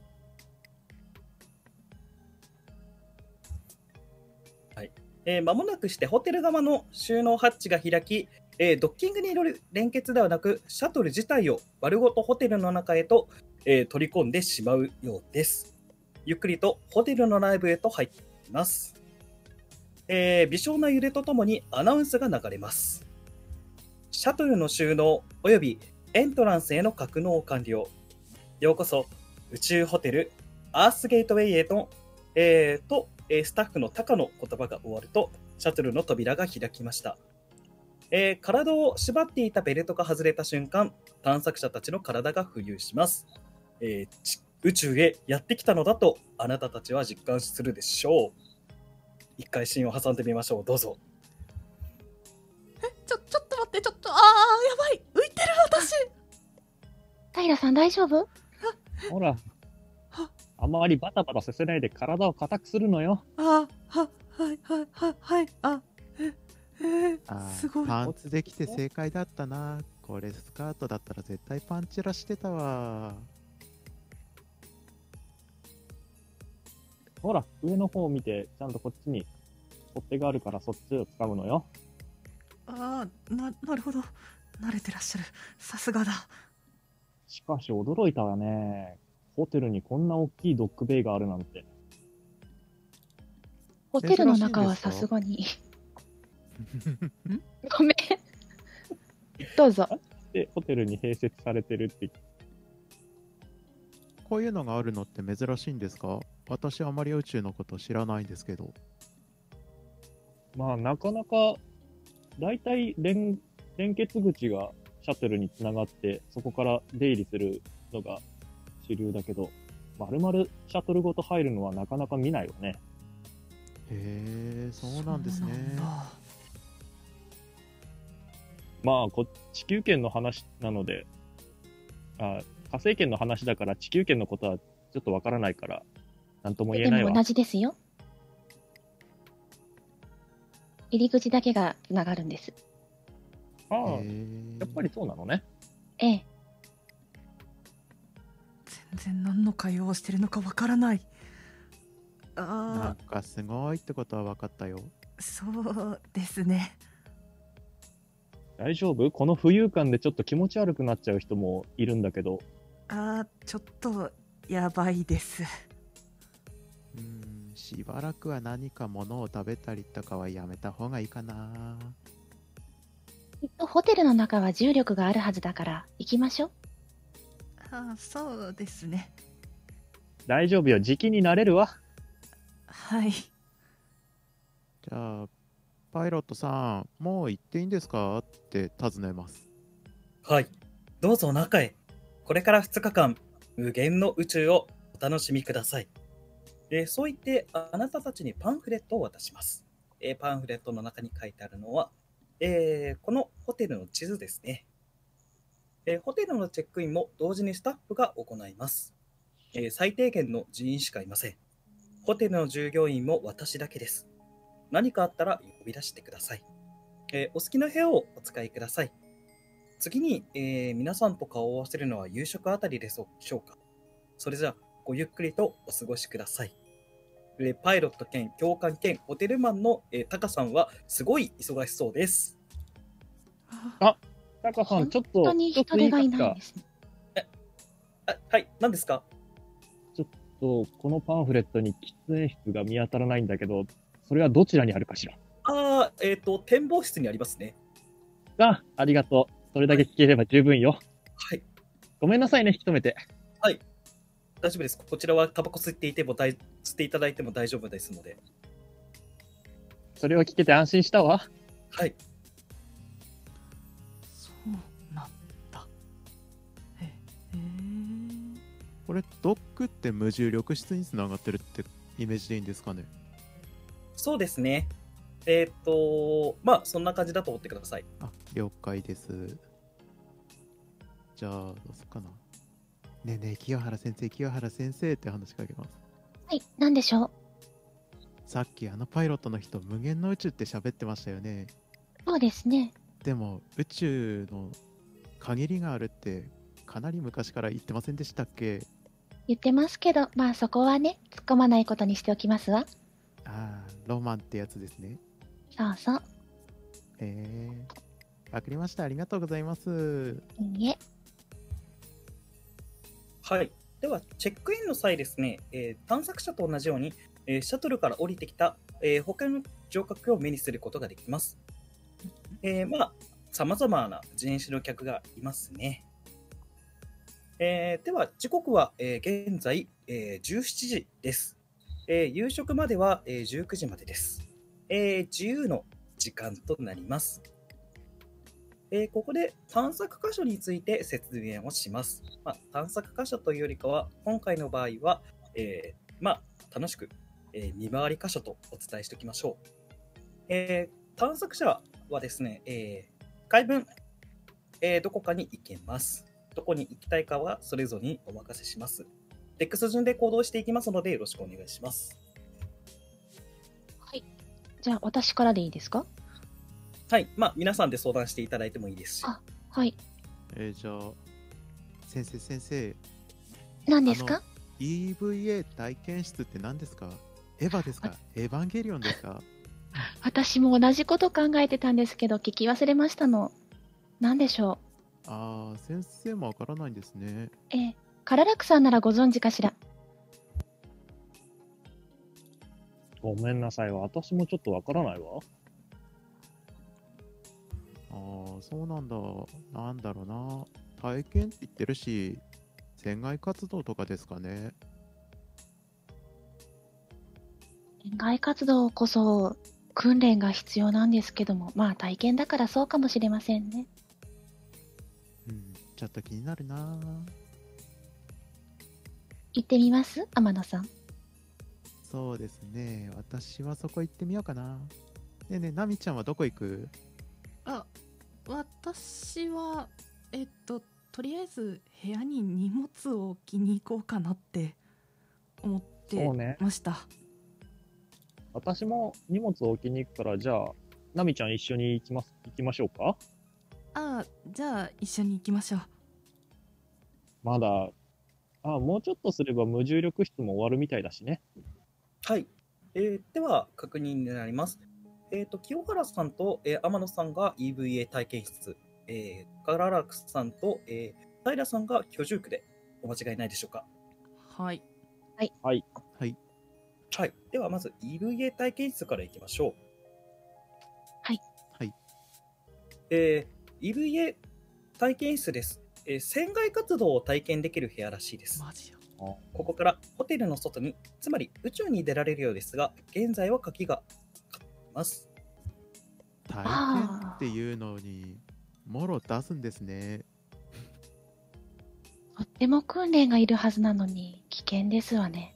はい。えー間もなくしてホテル側の収納ハッチが開き、えードッキングによる連結ではなく、シャトル自体を丸ごとホテルの中へと、えー取り込んでしまうようです。ゆっくりとホテルの内部へと入っていきます。えー微小な揺れとともにアナウンスが流れます。シャトルの収納およびエントランスへの格納完了。ようこそ宇宙ホテルアースゲートウェイへと、えーと、えースタッフのタカの言葉が終わると、シャトルの扉が開きました。えー体を縛っていたベルトが外れた瞬間、探索者たちの体が浮遊します。えーち宇宙へやってきたのだとあなたたちは実感するでしょう。一回シーンを挟んでみましょう。どうぞ。 ちょ、ちょっと待って、ちょっと、あー、やばい、浮いてる私。 平さん大丈夫？ ほら、あまりバタバタさせないで体を硬くするのよ。 あー、は、はい、はい、はい、はい、あ、え、えー、 あーすごい。 パンツできて正解だったな。これスカートだったら絶対パンチラしてたわ。 ほら、上の方を見て、ちゃんとこっちに取っ手があるからそっちを掴むのよ。 あー、な、なるほど。慣れてらっしゃる。さすがだ。 しかし驚いたわね。ホテルにこんな大きいドッグベイがあるなんて。 ホテルの中はさすがに。ごめん。どうぞ。 で、ホテルに併設されてるって。 こういうのがあるのって珍しいんですか？私あまり宇宙のこと知らないんですけど。 まあ、なかなか、だいたい連、連結口がシャトルにつながって、そこから出入りするのが主流だけど、まるまるシャトルごと入るのはなかなか見ないよね。 へえ、そうなんですね。 そうなんだ。 まあこ、地球圏の話なので、あ、火星圏の話だから地球圏のことはちょっとわからないから、なんとも言えないわ。 でも同じですよ。入り口だけがつながるんです。 ああ、 へーやっぱりそうなのね。 ええ。 全然何の会話をしてるのかわからない。 なんあかすごいってことは分かったよ。 ー、そうですね。 大丈夫？この浮遊感でちょっと気持ち悪くなっちゃう人もいるんだけど、 あー、ちょっと、やばいです。 うーん、しばらくは何か物を食べたりとかはやめた方がいいかな。 きっとホテルの中は重力があるはずだから行きましょう。 あー、そうですね。 大丈夫よ、時期になれるわ。 はい。 じゃあ、パイロットさん、もう行っていいんですかって尋ねます。 はい。どうぞ中へ。これからふつかかん、無限の宇宙をお楽しみください。えーそう言って、あなたたちにパンフレットを渡します。えーパンフレットの中に書いてあるのは、えーこのホテルの地図ですね。えーホテルのチェックインも同時にスタッフが行います。えー最低限の人員しかいません。ホテルの従業員も私だけです。何かあったら呼び出してください。えーお好きな部屋をお使いください。次に、えー皆さんと顔を合わせるのは夕食あたりでしょうか。それじゃあ、ごゆっくりとお過ごしください。えーパイロット兼教官兼ホテルマンの、えータカさんはすごい忙しそうです。 タカさん、ちょっと、 本当に一つ人手がい言いますかないんですね。 あはい、何ですか？ と、このパンフレットに喫煙室が見当たらないんだけど、それはどちらにあるかしら？ ああ、えっ、と、展望室にありますね。 あ、ありがとう。それだけ聞ければ十分よ。 はい。 ごめんなさいね、引き止めて。 大丈夫です。こちらはタバコ吸っていても大、吸っていただいても大丈夫ですので。 それを聞けて安心したわ。 はい。 そうなんだ。へへえ。 これドックって無重力室につながってるってイメージでいいんですかね。 そうですね。えーっと、まあ、そんな感じだと思ってください。 あ、了解です。じゃあどうすっかな。ねえねえ清原先生清原先生って話しかけます。 はい、なんでしょう。 さっきあのパイロットの人無限の宇宙って喋ってましたよね。 そうですね。 でも宇宙の限りがあるってかなり昔から言ってませんでしたっけ？ 言ってますけど、まあそこはね、突っ込まないことにしておきますわ。 ああ、ロマンってやつですね。 そうそう。 えー、わかりました。ありがとうございます。 いいえ。 はい。では、チェックインの際ですね、えー探索者と同じように、えーシャトルから降りてきた、えー他の乗客を目にすることができます。えーまあ、様々な人種の客がいますね。えーでは、時刻は、えー現在、えーじゅうしちじです。えー夕食までは、えーじゅうくじまでです。えー自由の時間となります。えーここで探索箇所について説明をします。まあ、探索箇所というよりかは、今回の場合は、えーまあ、楽しく、えー見回り箇所とお伝えしておきましょう。えー探索者はですね、えー、回分、えーどこかに行けます。どこに行きたいかはそれぞれにお任せします。デックス順で行動していきますのでよろしくお願いします。 じゃあ私からでいいですか？ はい。まあ、皆さんで相談していただいてもいいですし。 あはい。 えー、じゃあ先生先生、 何ですか？ イーブイエー 体験室って何ですか？エヴァですか？エヴァンゲリオンですか？ 私も同じこと考えてたんですけど、聞き忘れましたの。何でしょああ、先生もわからないんですね。 う。えー、カララクさんならご存知かしら。 ごめんなさいわ。私もちょっとわからないわ。 ああ、そうなんだ。なんだろうな。体験って言ってるし、船外活動とかですかね。 船外活動こそ訓練が必要なんですけども、まあ体験だからそうかもしれませんね。 うん、ちょっと気になるな。 行ってみます天野さん。 そうですね。私はそこ行ってみようかな。ねえねえ、ナミちゃんはどこ行く？ あ、私はえっととりあえず部屋に荷物を置きに行こうかなって思ってそうね。 ました。 私も荷物を置きに行くから、じゃあ、ナミちゃん一緒に行きます、行きましょうか？ あ、じゃあ一緒に行きましょう。 まだ、あ、もうちょっとすれば無重力室も終わるみたいだしね。 はい。えーでは、確認になります。えっ、と、清原さんと、えー天野さんが イーブイエー 体験室、えー、ガララクスさんと、えー、平さんが居住区でお間違いないでしょうか。 はい。 はい。 はい。 はい。では、まず イーブイエー 体験室からいきましょう。 はい。 はい。 えー、イーブイエー 体験室です。えー船外活動を体験できる部屋らしいです。 マジや。 ここからホテルの外に、つまり宇宙に出られるようですが、現在は鍵がかかっています。 体験っていうのに、もろ出すんですね。 とっても訓練がいるはずなのに危険ですわね。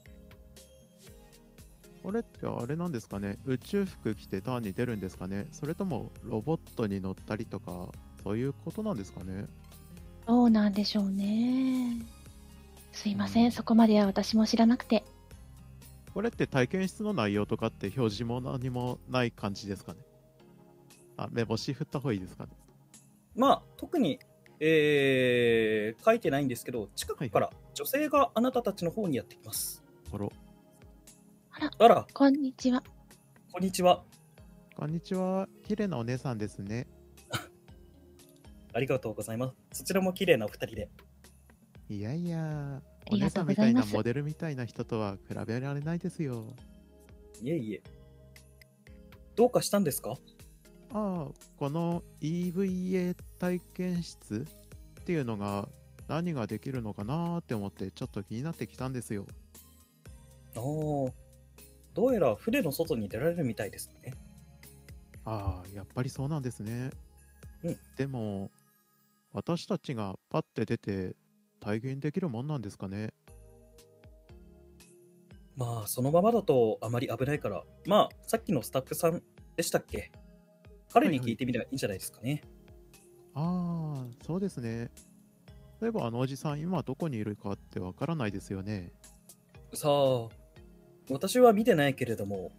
これってあれなんですかね。宇宙服着て単に出るんですかね。それともロボットに乗ったりとか、そういうことなんですかね。 どうなんでしょうね。すいません、 うんそこまでは私も知らなくて。 これって体験室の内容とかって表示も何もない感じですかね。あ、目星振った方がいいですかね。 まあ、特に、えー書いてないんですけど、近くから女性があなたたちの方にやってきます。 あら、 あら、 こんにちは。 こんにちは。 こんにちは。綺麗なお姉さんですね。 ありがとうございます。そちらも綺麗なお二人で。 いやいや、 ありがとお姉さうんございますみたいなモデルみたいな人とは比べられないですよ。 いえいえ。どうかしたんですか？ ああ、この イーブイエー 体験室っていうのが何ができるのかなーって思ってちょっと気になってきたんですよ。 ああ、どうやら船の外に出られるみたいですね。 ああ、やっぱりそうなんですね。 うん。 でも、私たちがパッて出て体現できるもんなんですかね。 まあ、そのままだとあまり危ないから、まあ、さっきのスタッフさんでしたっけ？彼に聞いてみればいいんじゃないですかね。 ああ、そうですね。例えばあのおじさん今どこにいるかってわからないですよね。 さあ、私は見てないけれども、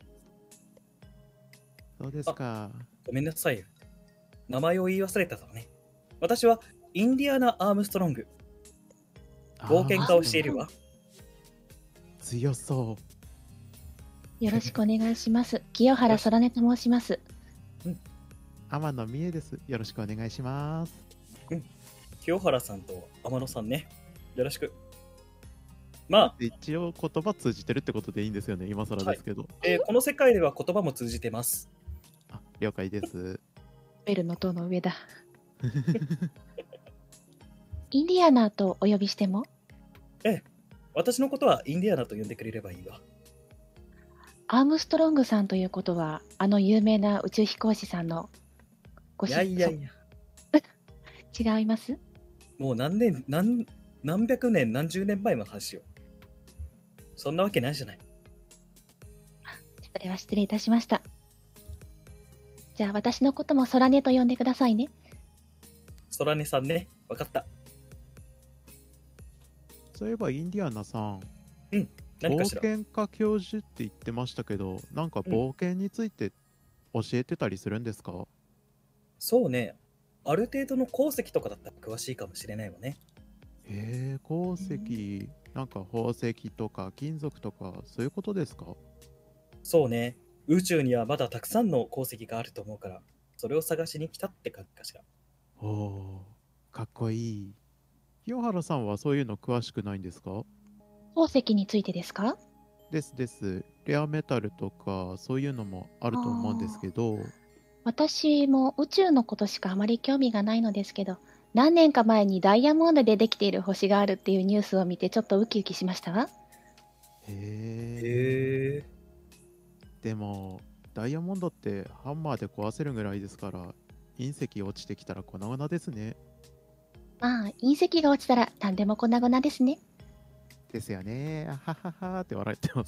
そうですか。 ごめんなさいよ。名前を言い忘れてたね。私はインディアナ・アームストロング。冒険家をしているわ。 強そうよろしくお願いします。清原空音と申します。 天野美恵です。よろしくお願いします。 清原さんと天野さんね。よろしく。まあ、 一応言葉通じてるってことでいいんですよね。今更ですけど、 えーこの世界では言葉も通じてます。 あ、了解です。 ベルの塔の上だ。インディアナとお呼びしても？ 私のことはインディアナと呼んでくれればいいわ。 アームストロングさんということは、あの有名な宇宙飛行士さんのごいやいやいや、 や。違います？ もう何年、何、何百年、何十年前の話よ。そんなわけないじゃない。 それは失礼いたしました。じゃあ私のことも空音と呼んでくださいね。 空音さんね、わかった。 そういえばインディアナさん、 何かしら。 冒険家教授って言ってましたけど、なんか冒険について教えてたりするんですか？ そうね。ある程度の鉱石とかだったら詳しいかもしれないわね。 へえ、鉱石、なんか宝石とか金属とかそういうことですか？ そうね。宇宙にはまだたくさんの鉱石があると思うから、それを探しに来たって感じかしら。 おおー、かっこいい。清原さんはそういうの詳しくないんですか？ 宝石についてですか？ ですです。レアメタルとかそういうのもあると思うんですけど、 私も宇宙のことしかあまり興味がないのですけど、何年か前にダイヤモンドでできている星があるっていうニュースを見てちょっとウキウキしましたわ。 へえ。 へえ。 でもダイヤモンドってハンマーで壊せるぐらいですから、隕石落ちてきたら粉々ですね。 まあ、隕石が落ちたら何でも粉々ですね。 ですよね。あはははって笑ってます。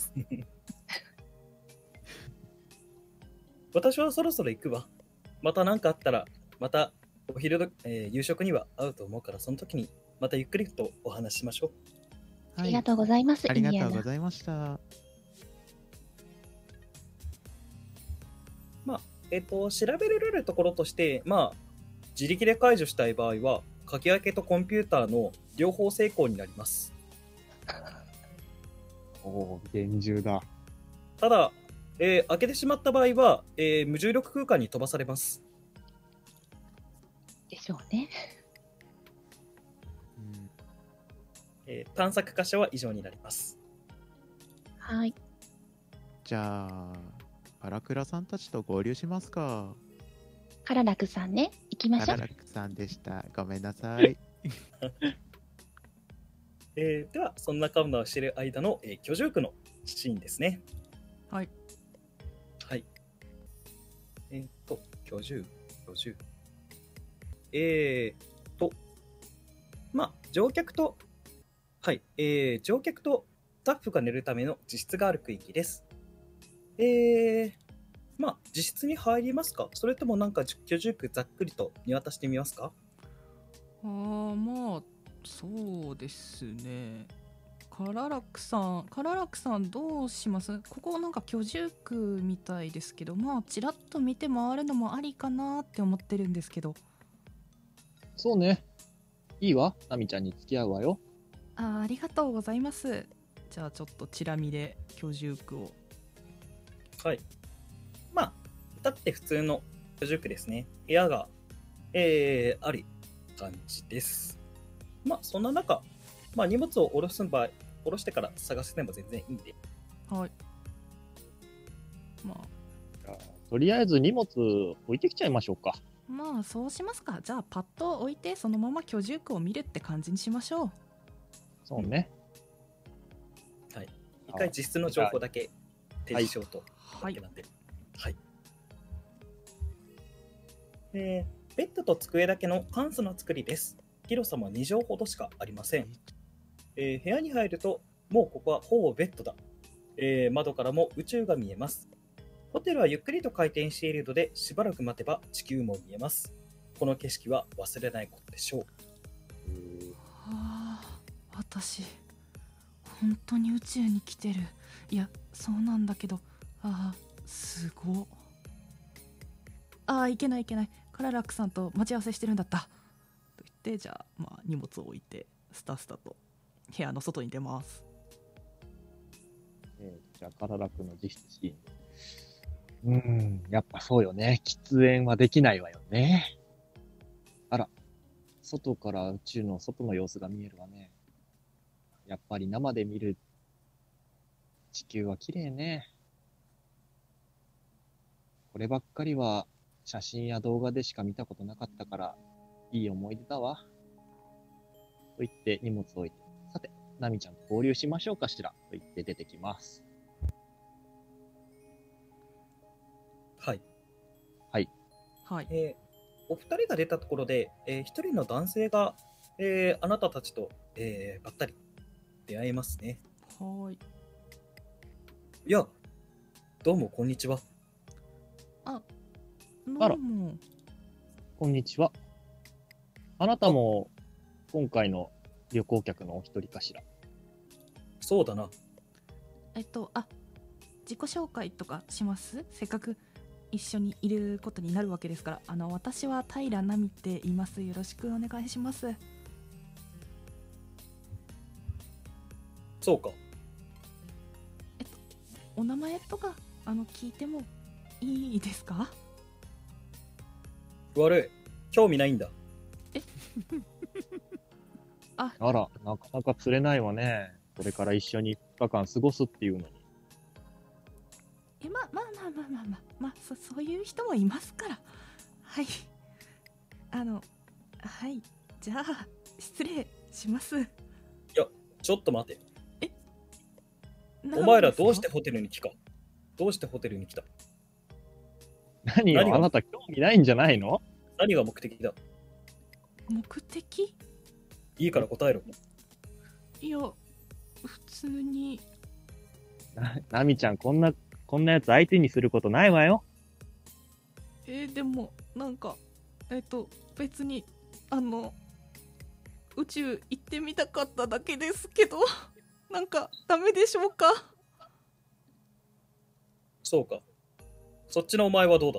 私はそろそろ行くわ。また何かあったら、またお昼ど、えー夕食には会うと思うから、その時にまたゆっくりとお話ししましょう。 ありがとうございます、 ありがインディアナ。 とうございました。 まあ、えっ、と、調べられるところとして、まあ、自力で解除したい場合は、書き分けとコンピューターの両方成功になります。 おお、厳重だ。 ただ、えー開けてしまった場合は、えー無重力空間に飛ばされます。 でしょうね。 うん、 えー探索箇所は以上になります。 はい。 じゃあパラクラさんたちと合流しますか。 カララクさんね、行きましょう。 パララクさんでした。ごめんなさい。 えーでは、そんなカウンターをしている間の、えー居住区のシーンですね。 はい。 はい。えーっと、居住、居住。えーっと、まあ、乗客と、はい、えー、乗客とスタッフが寝るための自室がある区域です。えー、まあ、自室に入りますか？それともなんか居住区ざっくりと見渡してみますか？ あーまあそうですね。カララクさんカララクさんどうします？ここなんか居住区みたいですけど、まあちらっと見て回るのもありかなって思ってるんですけど。 そうね。いいわ。ナミちゃんに付き合うわよ。 あーありがとうございます。じゃあちょっとチラ見で居住区を。 はい。まあ、至って普通の居住区ですね。部屋が、えー、ある感じです。まあ、そんな中、まあ、荷物を下ろす場合、下ろしてから探せても全然いいんで。 はい。まあじゃあとりあえず荷物置いてきちゃいましょうか。 まあそうしますか。じゃあパッと置いてそのまま居住区を見るって感じにしましょう。 そうね。 はい。一回実質の情報だけ提示しようと。 はい。 なんで。はい。えー、ベッドと机だけの簡素な作りです。広さもに畳ほどしかありません。えー、部屋に入ると、もうここはほぼベッドだ。えー、窓からも宇宙が見えます。ホテルはゆっくりと回転しているので、しばらく待てば地球も見えます。この景色は忘れないことでしょう。 はあ、私本当に宇宙に来てる。いや、そうなんだけど、ああ、すご。ああ、いけないいけない。カララックさんと待ち合わせしてるんだった。と言って、じゃあ、まあ、荷物を置いてスタスタと部屋の外に出ます。 えー、じゃあ、カララクの実質シーン。うーん、やっぱそうよね。喫煙はできないわよね。あら、外から宇宙の外の様子が見えるわね。やっぱり生で見る地球は綺麗ね。こればっかりは写真や動画でしか見たことなかったから、いい思い出だわ。と言って荷物を置いて、さて、ナミちゃんと合流しましょうかしら。と言って出てきます。 はい。 はい。 はい。 えーお二人が出たところで、えー、一人の男性が、えー、あなたたちと、えー、ばったり出会いますね。 はい。 いや、どうもこんにちは。 あ、 あらどうも。 こんにちは。あなたも今回の旅行客のお一人かしら。 そうだな。 えっと、あ、自己紹介とかします？せっかく一緒にいることになるわけですから。あの、私は平奈美って言います。よろしくお願いします。 そうか。 えっと、お名前とかあの聞いてもいいですか？ 悪い。興味ないんだ。 あ、 あら、なかなか釣れないわね。これから一緒にふつかかん過ごすっていうのに。 え、まあまあまあまあまあまあ、まあ、そそういう人もいますから。はい。あの、はい。じゃあ、失礼します。 いや、ちょっと待て。 おお前らどうしてホテルに来た？どうしてホテルに来た？ 何よ、 何があなた興味ないんじゃないの？ 何が目的だ？ 目的？ いいから答えろ。 いや、普通に。 な、ナミちゃん、こんな、こんなやつ相手にすることないわよ。 えーでもなんかえっ、と別にあの宇宙行ってみたかっただけですけどなんかダメでしょうか？ そうか。そっちのお前はどうだ？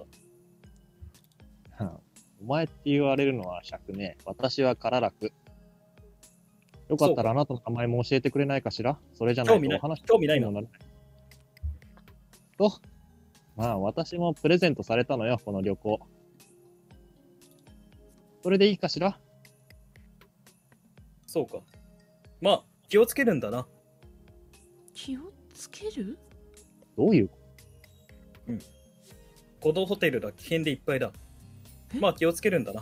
お前って言われるのは尺ね。私はカララク。よかったらあなたの名前も教えてくれないかしら？それじゃないとお話興味ないにもならない。と、まあ私もプレゼントされたのよ、この旅行。それでいいかしら？ そうか。まあ、気をつけるんだな。 気をつける？ どういう？ このホテルだ、危険でいっぱいだ。 えまあ、気をつけるんだな。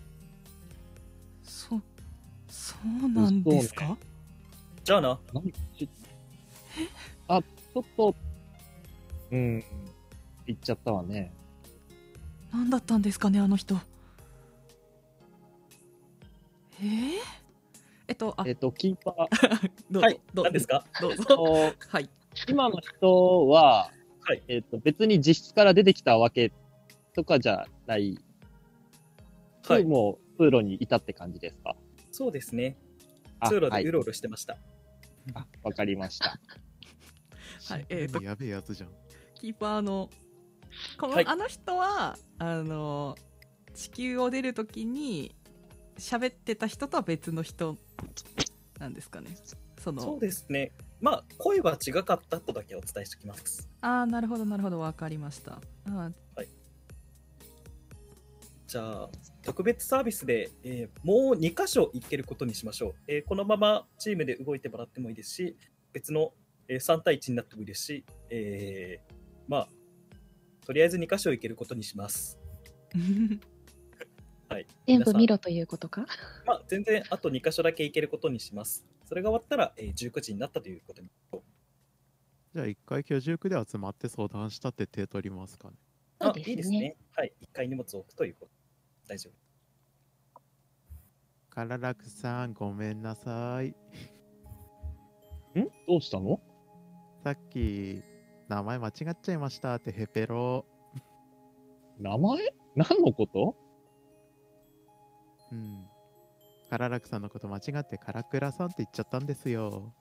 そそうなんですか？ じゃあな。 何ちあ、ちょっと、うん、言っちゃったわね。 何だったんですかね、あの人。えー、えっとあえっと、キーパー、 どうぞ、 はい、 どう何ですか？ どうぞとはい今の人は、 はい。 えっと、別に実質から出てきたわけとかじゃない。 はい。 もう通路にいたって感じですか？ そうですね。 あ通路はいでうろうろしてました。 あ、わかりました。 はいえーとやべえやつじゃん。 キーパーのこの、 はいあの人はあの地球を出るときに喋ってた人とは別の人なんですかね。そのそうですね。まあ、声は違かったとだけお伝えしておきます。 ああ、なるほどなるほど、わかりました。あじゃあ、特別サービスで、えーもうにかしょ行けることにしましょう。えーこのままチームで動いてもらってもいいですし、別の、えーさん対いちになってもいいですし、えーまあ、とりあえずにかしょ行けることにします。 はい。 全皆さん部見ろということか。 まあ、全然あとに箇所だけ行けることにします。それが終わったら、えーじゅうくじになったということに。 じゃあ一回居住区で集まって相談したって手取りますかね。 そうですね。 あ、いいですね。はい。一回荷物を置くということ。大丈夫。 カララクさん、ごめんなさい。 んどうしたの？ さっき、名前間違っちゃいましたってヘペロ。 名前？何のこと？ うん。カララクさんのこと間違ってカラクラさんって言っちゃったんですよ。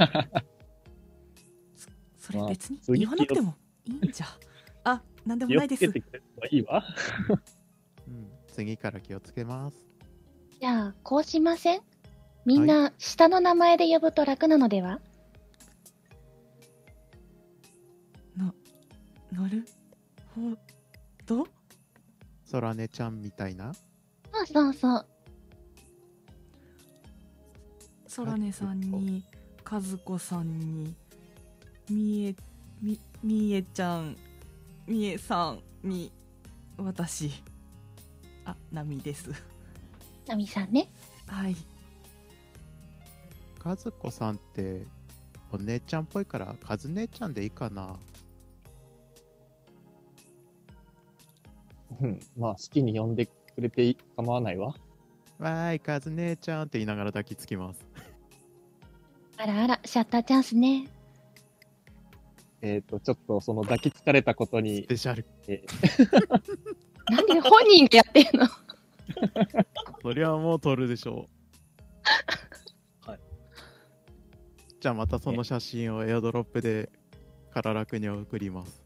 それ別にまあ言わなくてもいいんじゃ。あ、なんでも気をつないです。 けてくれればいいわ。 うん。次から気をつけます。 じゃあ、こうしません？みんな、下の名前で呼ぶと楽なのでは？ な、なるほど。 ソラネちゃんみたいな。 そうそうそう。 そらねさんに、和子さんに、みえ、み、みえちゃん、みえさんに、私、あ、なみです。 ナミさんね。 はい。 和子さんって、お姉ちゃんっぽいから、和姉ちゃんでいいかな。 うん。まあ、好きに呼んでくれて構わないわ。 わーい、和姉ちゃんって言いながら抱きつきます。 あらあら、シャッターチャンスね。 えっ、と、ちょっとその抱きつかれたことスに、 ペシャル。 えなんで本人がやってんの？ そりゃもう撮るでしょう。 はい。 じゃあまたその写真をエアドロップでカララクに送ります。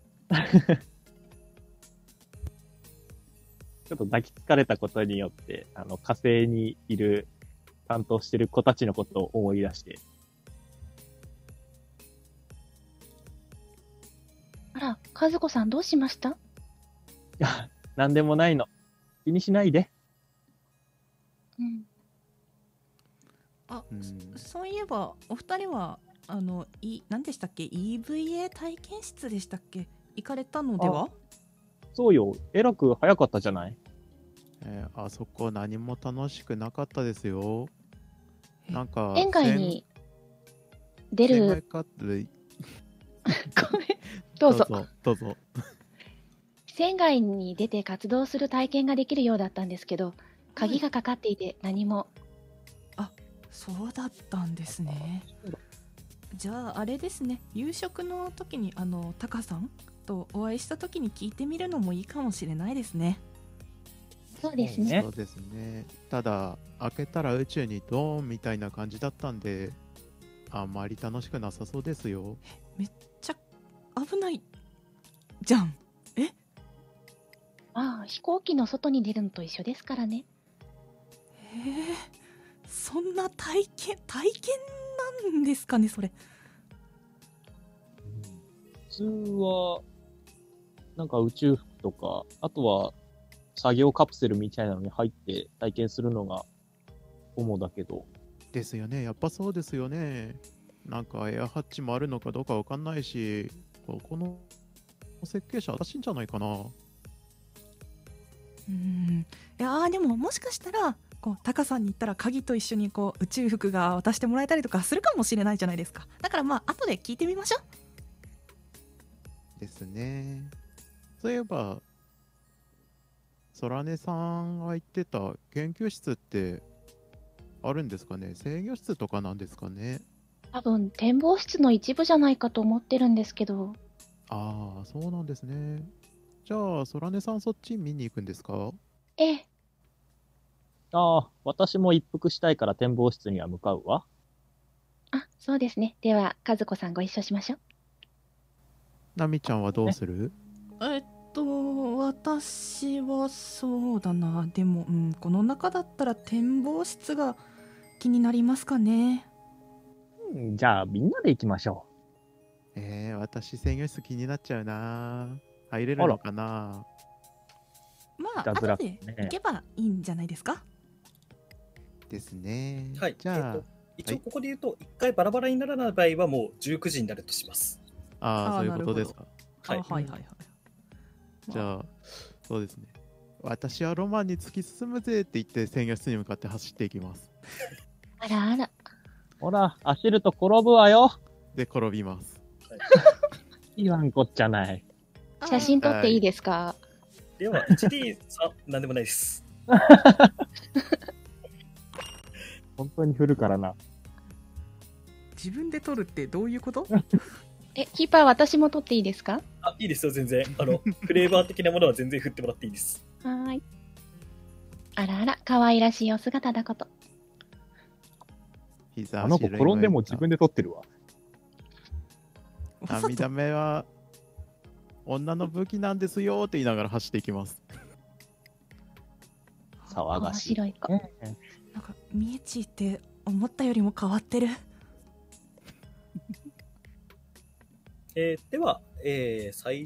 ちょっと抱きつかれたことによって、あの、火星にいる、担当してる子たちのことを思い出して、 あら、和子さんどうしました？ いや、なんでもないの。気にしないで。 うん。 あ、 うんそそういえば、お二人は、あの、い、何でしたっけ ?イーブイエー 体験室でしたっけ行かれたのでは？ そうよ。えらく早かったじゃない？ えーあそこ何も楽しくなかったですよ。 えなんか、 園外に出船外る、 カットでごめん、どうぞ。 どうぞ。どうぞ。 船外に出て活動する体験ができるようだったんですけど、鍵がかかっていて何も。 そうだったんですね。じゃあ、あれですね。夕食の時に、あの、タカさんとお会いした時に聞いてみるのもいいかもしれないですね。 そうですね。 ねそうですね。ただ、開けたら宇宙にドーンみたいな感じだったんで、あんまり楽しくなさそうですよ。 めっちゃ危ないじゃん。えまあ、飛行機の外に出るのと一緒ですからね。 へえ、そんな体験、体験なんですかね、それ。 普通は、なんか宇宙服とか、あとは作業カプセルみたいなのに入って体験するのが主だけど、 ですよね。やっぱそうですよね。なんかエアハッチもあるのかどうかわかんないし、ここの設計者正しいんじゃないかな。 うーん。いやーでももしかしたら、こう、タカさんに言ったら鍵と一緒にこう、宇宙服が渡してもらえたりとかするかもしれないじゃないですか。だからまあ、後で聞いてみましょう。 ですね。そういえば、ソラネさんが言ってた研究室ってあるんですかね。制御室とかなんですかね。 多分、展望室の一部じゃないかと思ってるんですけど。 ああ、そうなんですね。じゃあ、ソラネさんそっち見に行くんですか？ ええ、 ああ、私も一服したいから展望室には向かうわ。 あ、そうですね。では、和子さんご一緒しましょう。 ナミちゃんはどうする？ えっと、私はそうだな。でも、うん、この中だったら展望室が気になりますかね。 うん、じゃあみんなで行きましょえー、私制御室気になっちゃうな。入れるのかな？ まあ、 いたずら後で行けばいいんじゃないですか。 ですね。 はい。 じゃあ、 えっと、一応ここで言うと、一回バラバラにならない場合はもうじゅうくじになるとします。 ああ、 あーそういうことですか。 はいあはいはいはい。 じゃあ、そうですね。 私はロマンに突き進むぜって言って鮮魚室に向かって走っていきます。 あらあら。 ほら、走ると転ぶわよ。 で、転びます。 言わんこっちゃない。 写真撮っていいですか？ では、いちディーさん、なんでもないです。 本当に振るからな。 自分で撮るってどういうこと？ え、キーパー私も撮っていいですか？ あ、いいですよ、全然。あの、フレーバー的なものは全然振ってもらっていいです。 はーい。あらあら、可愛らしいお姿だこと。 膝あの子転んでも自分で撮ってるわ。 涙目は女の武器なんですよって言いながら走っていきます。 面騒がしい。 白い子。 ねなんかミエチって思ったよりも変わってる。 えーでは、えー最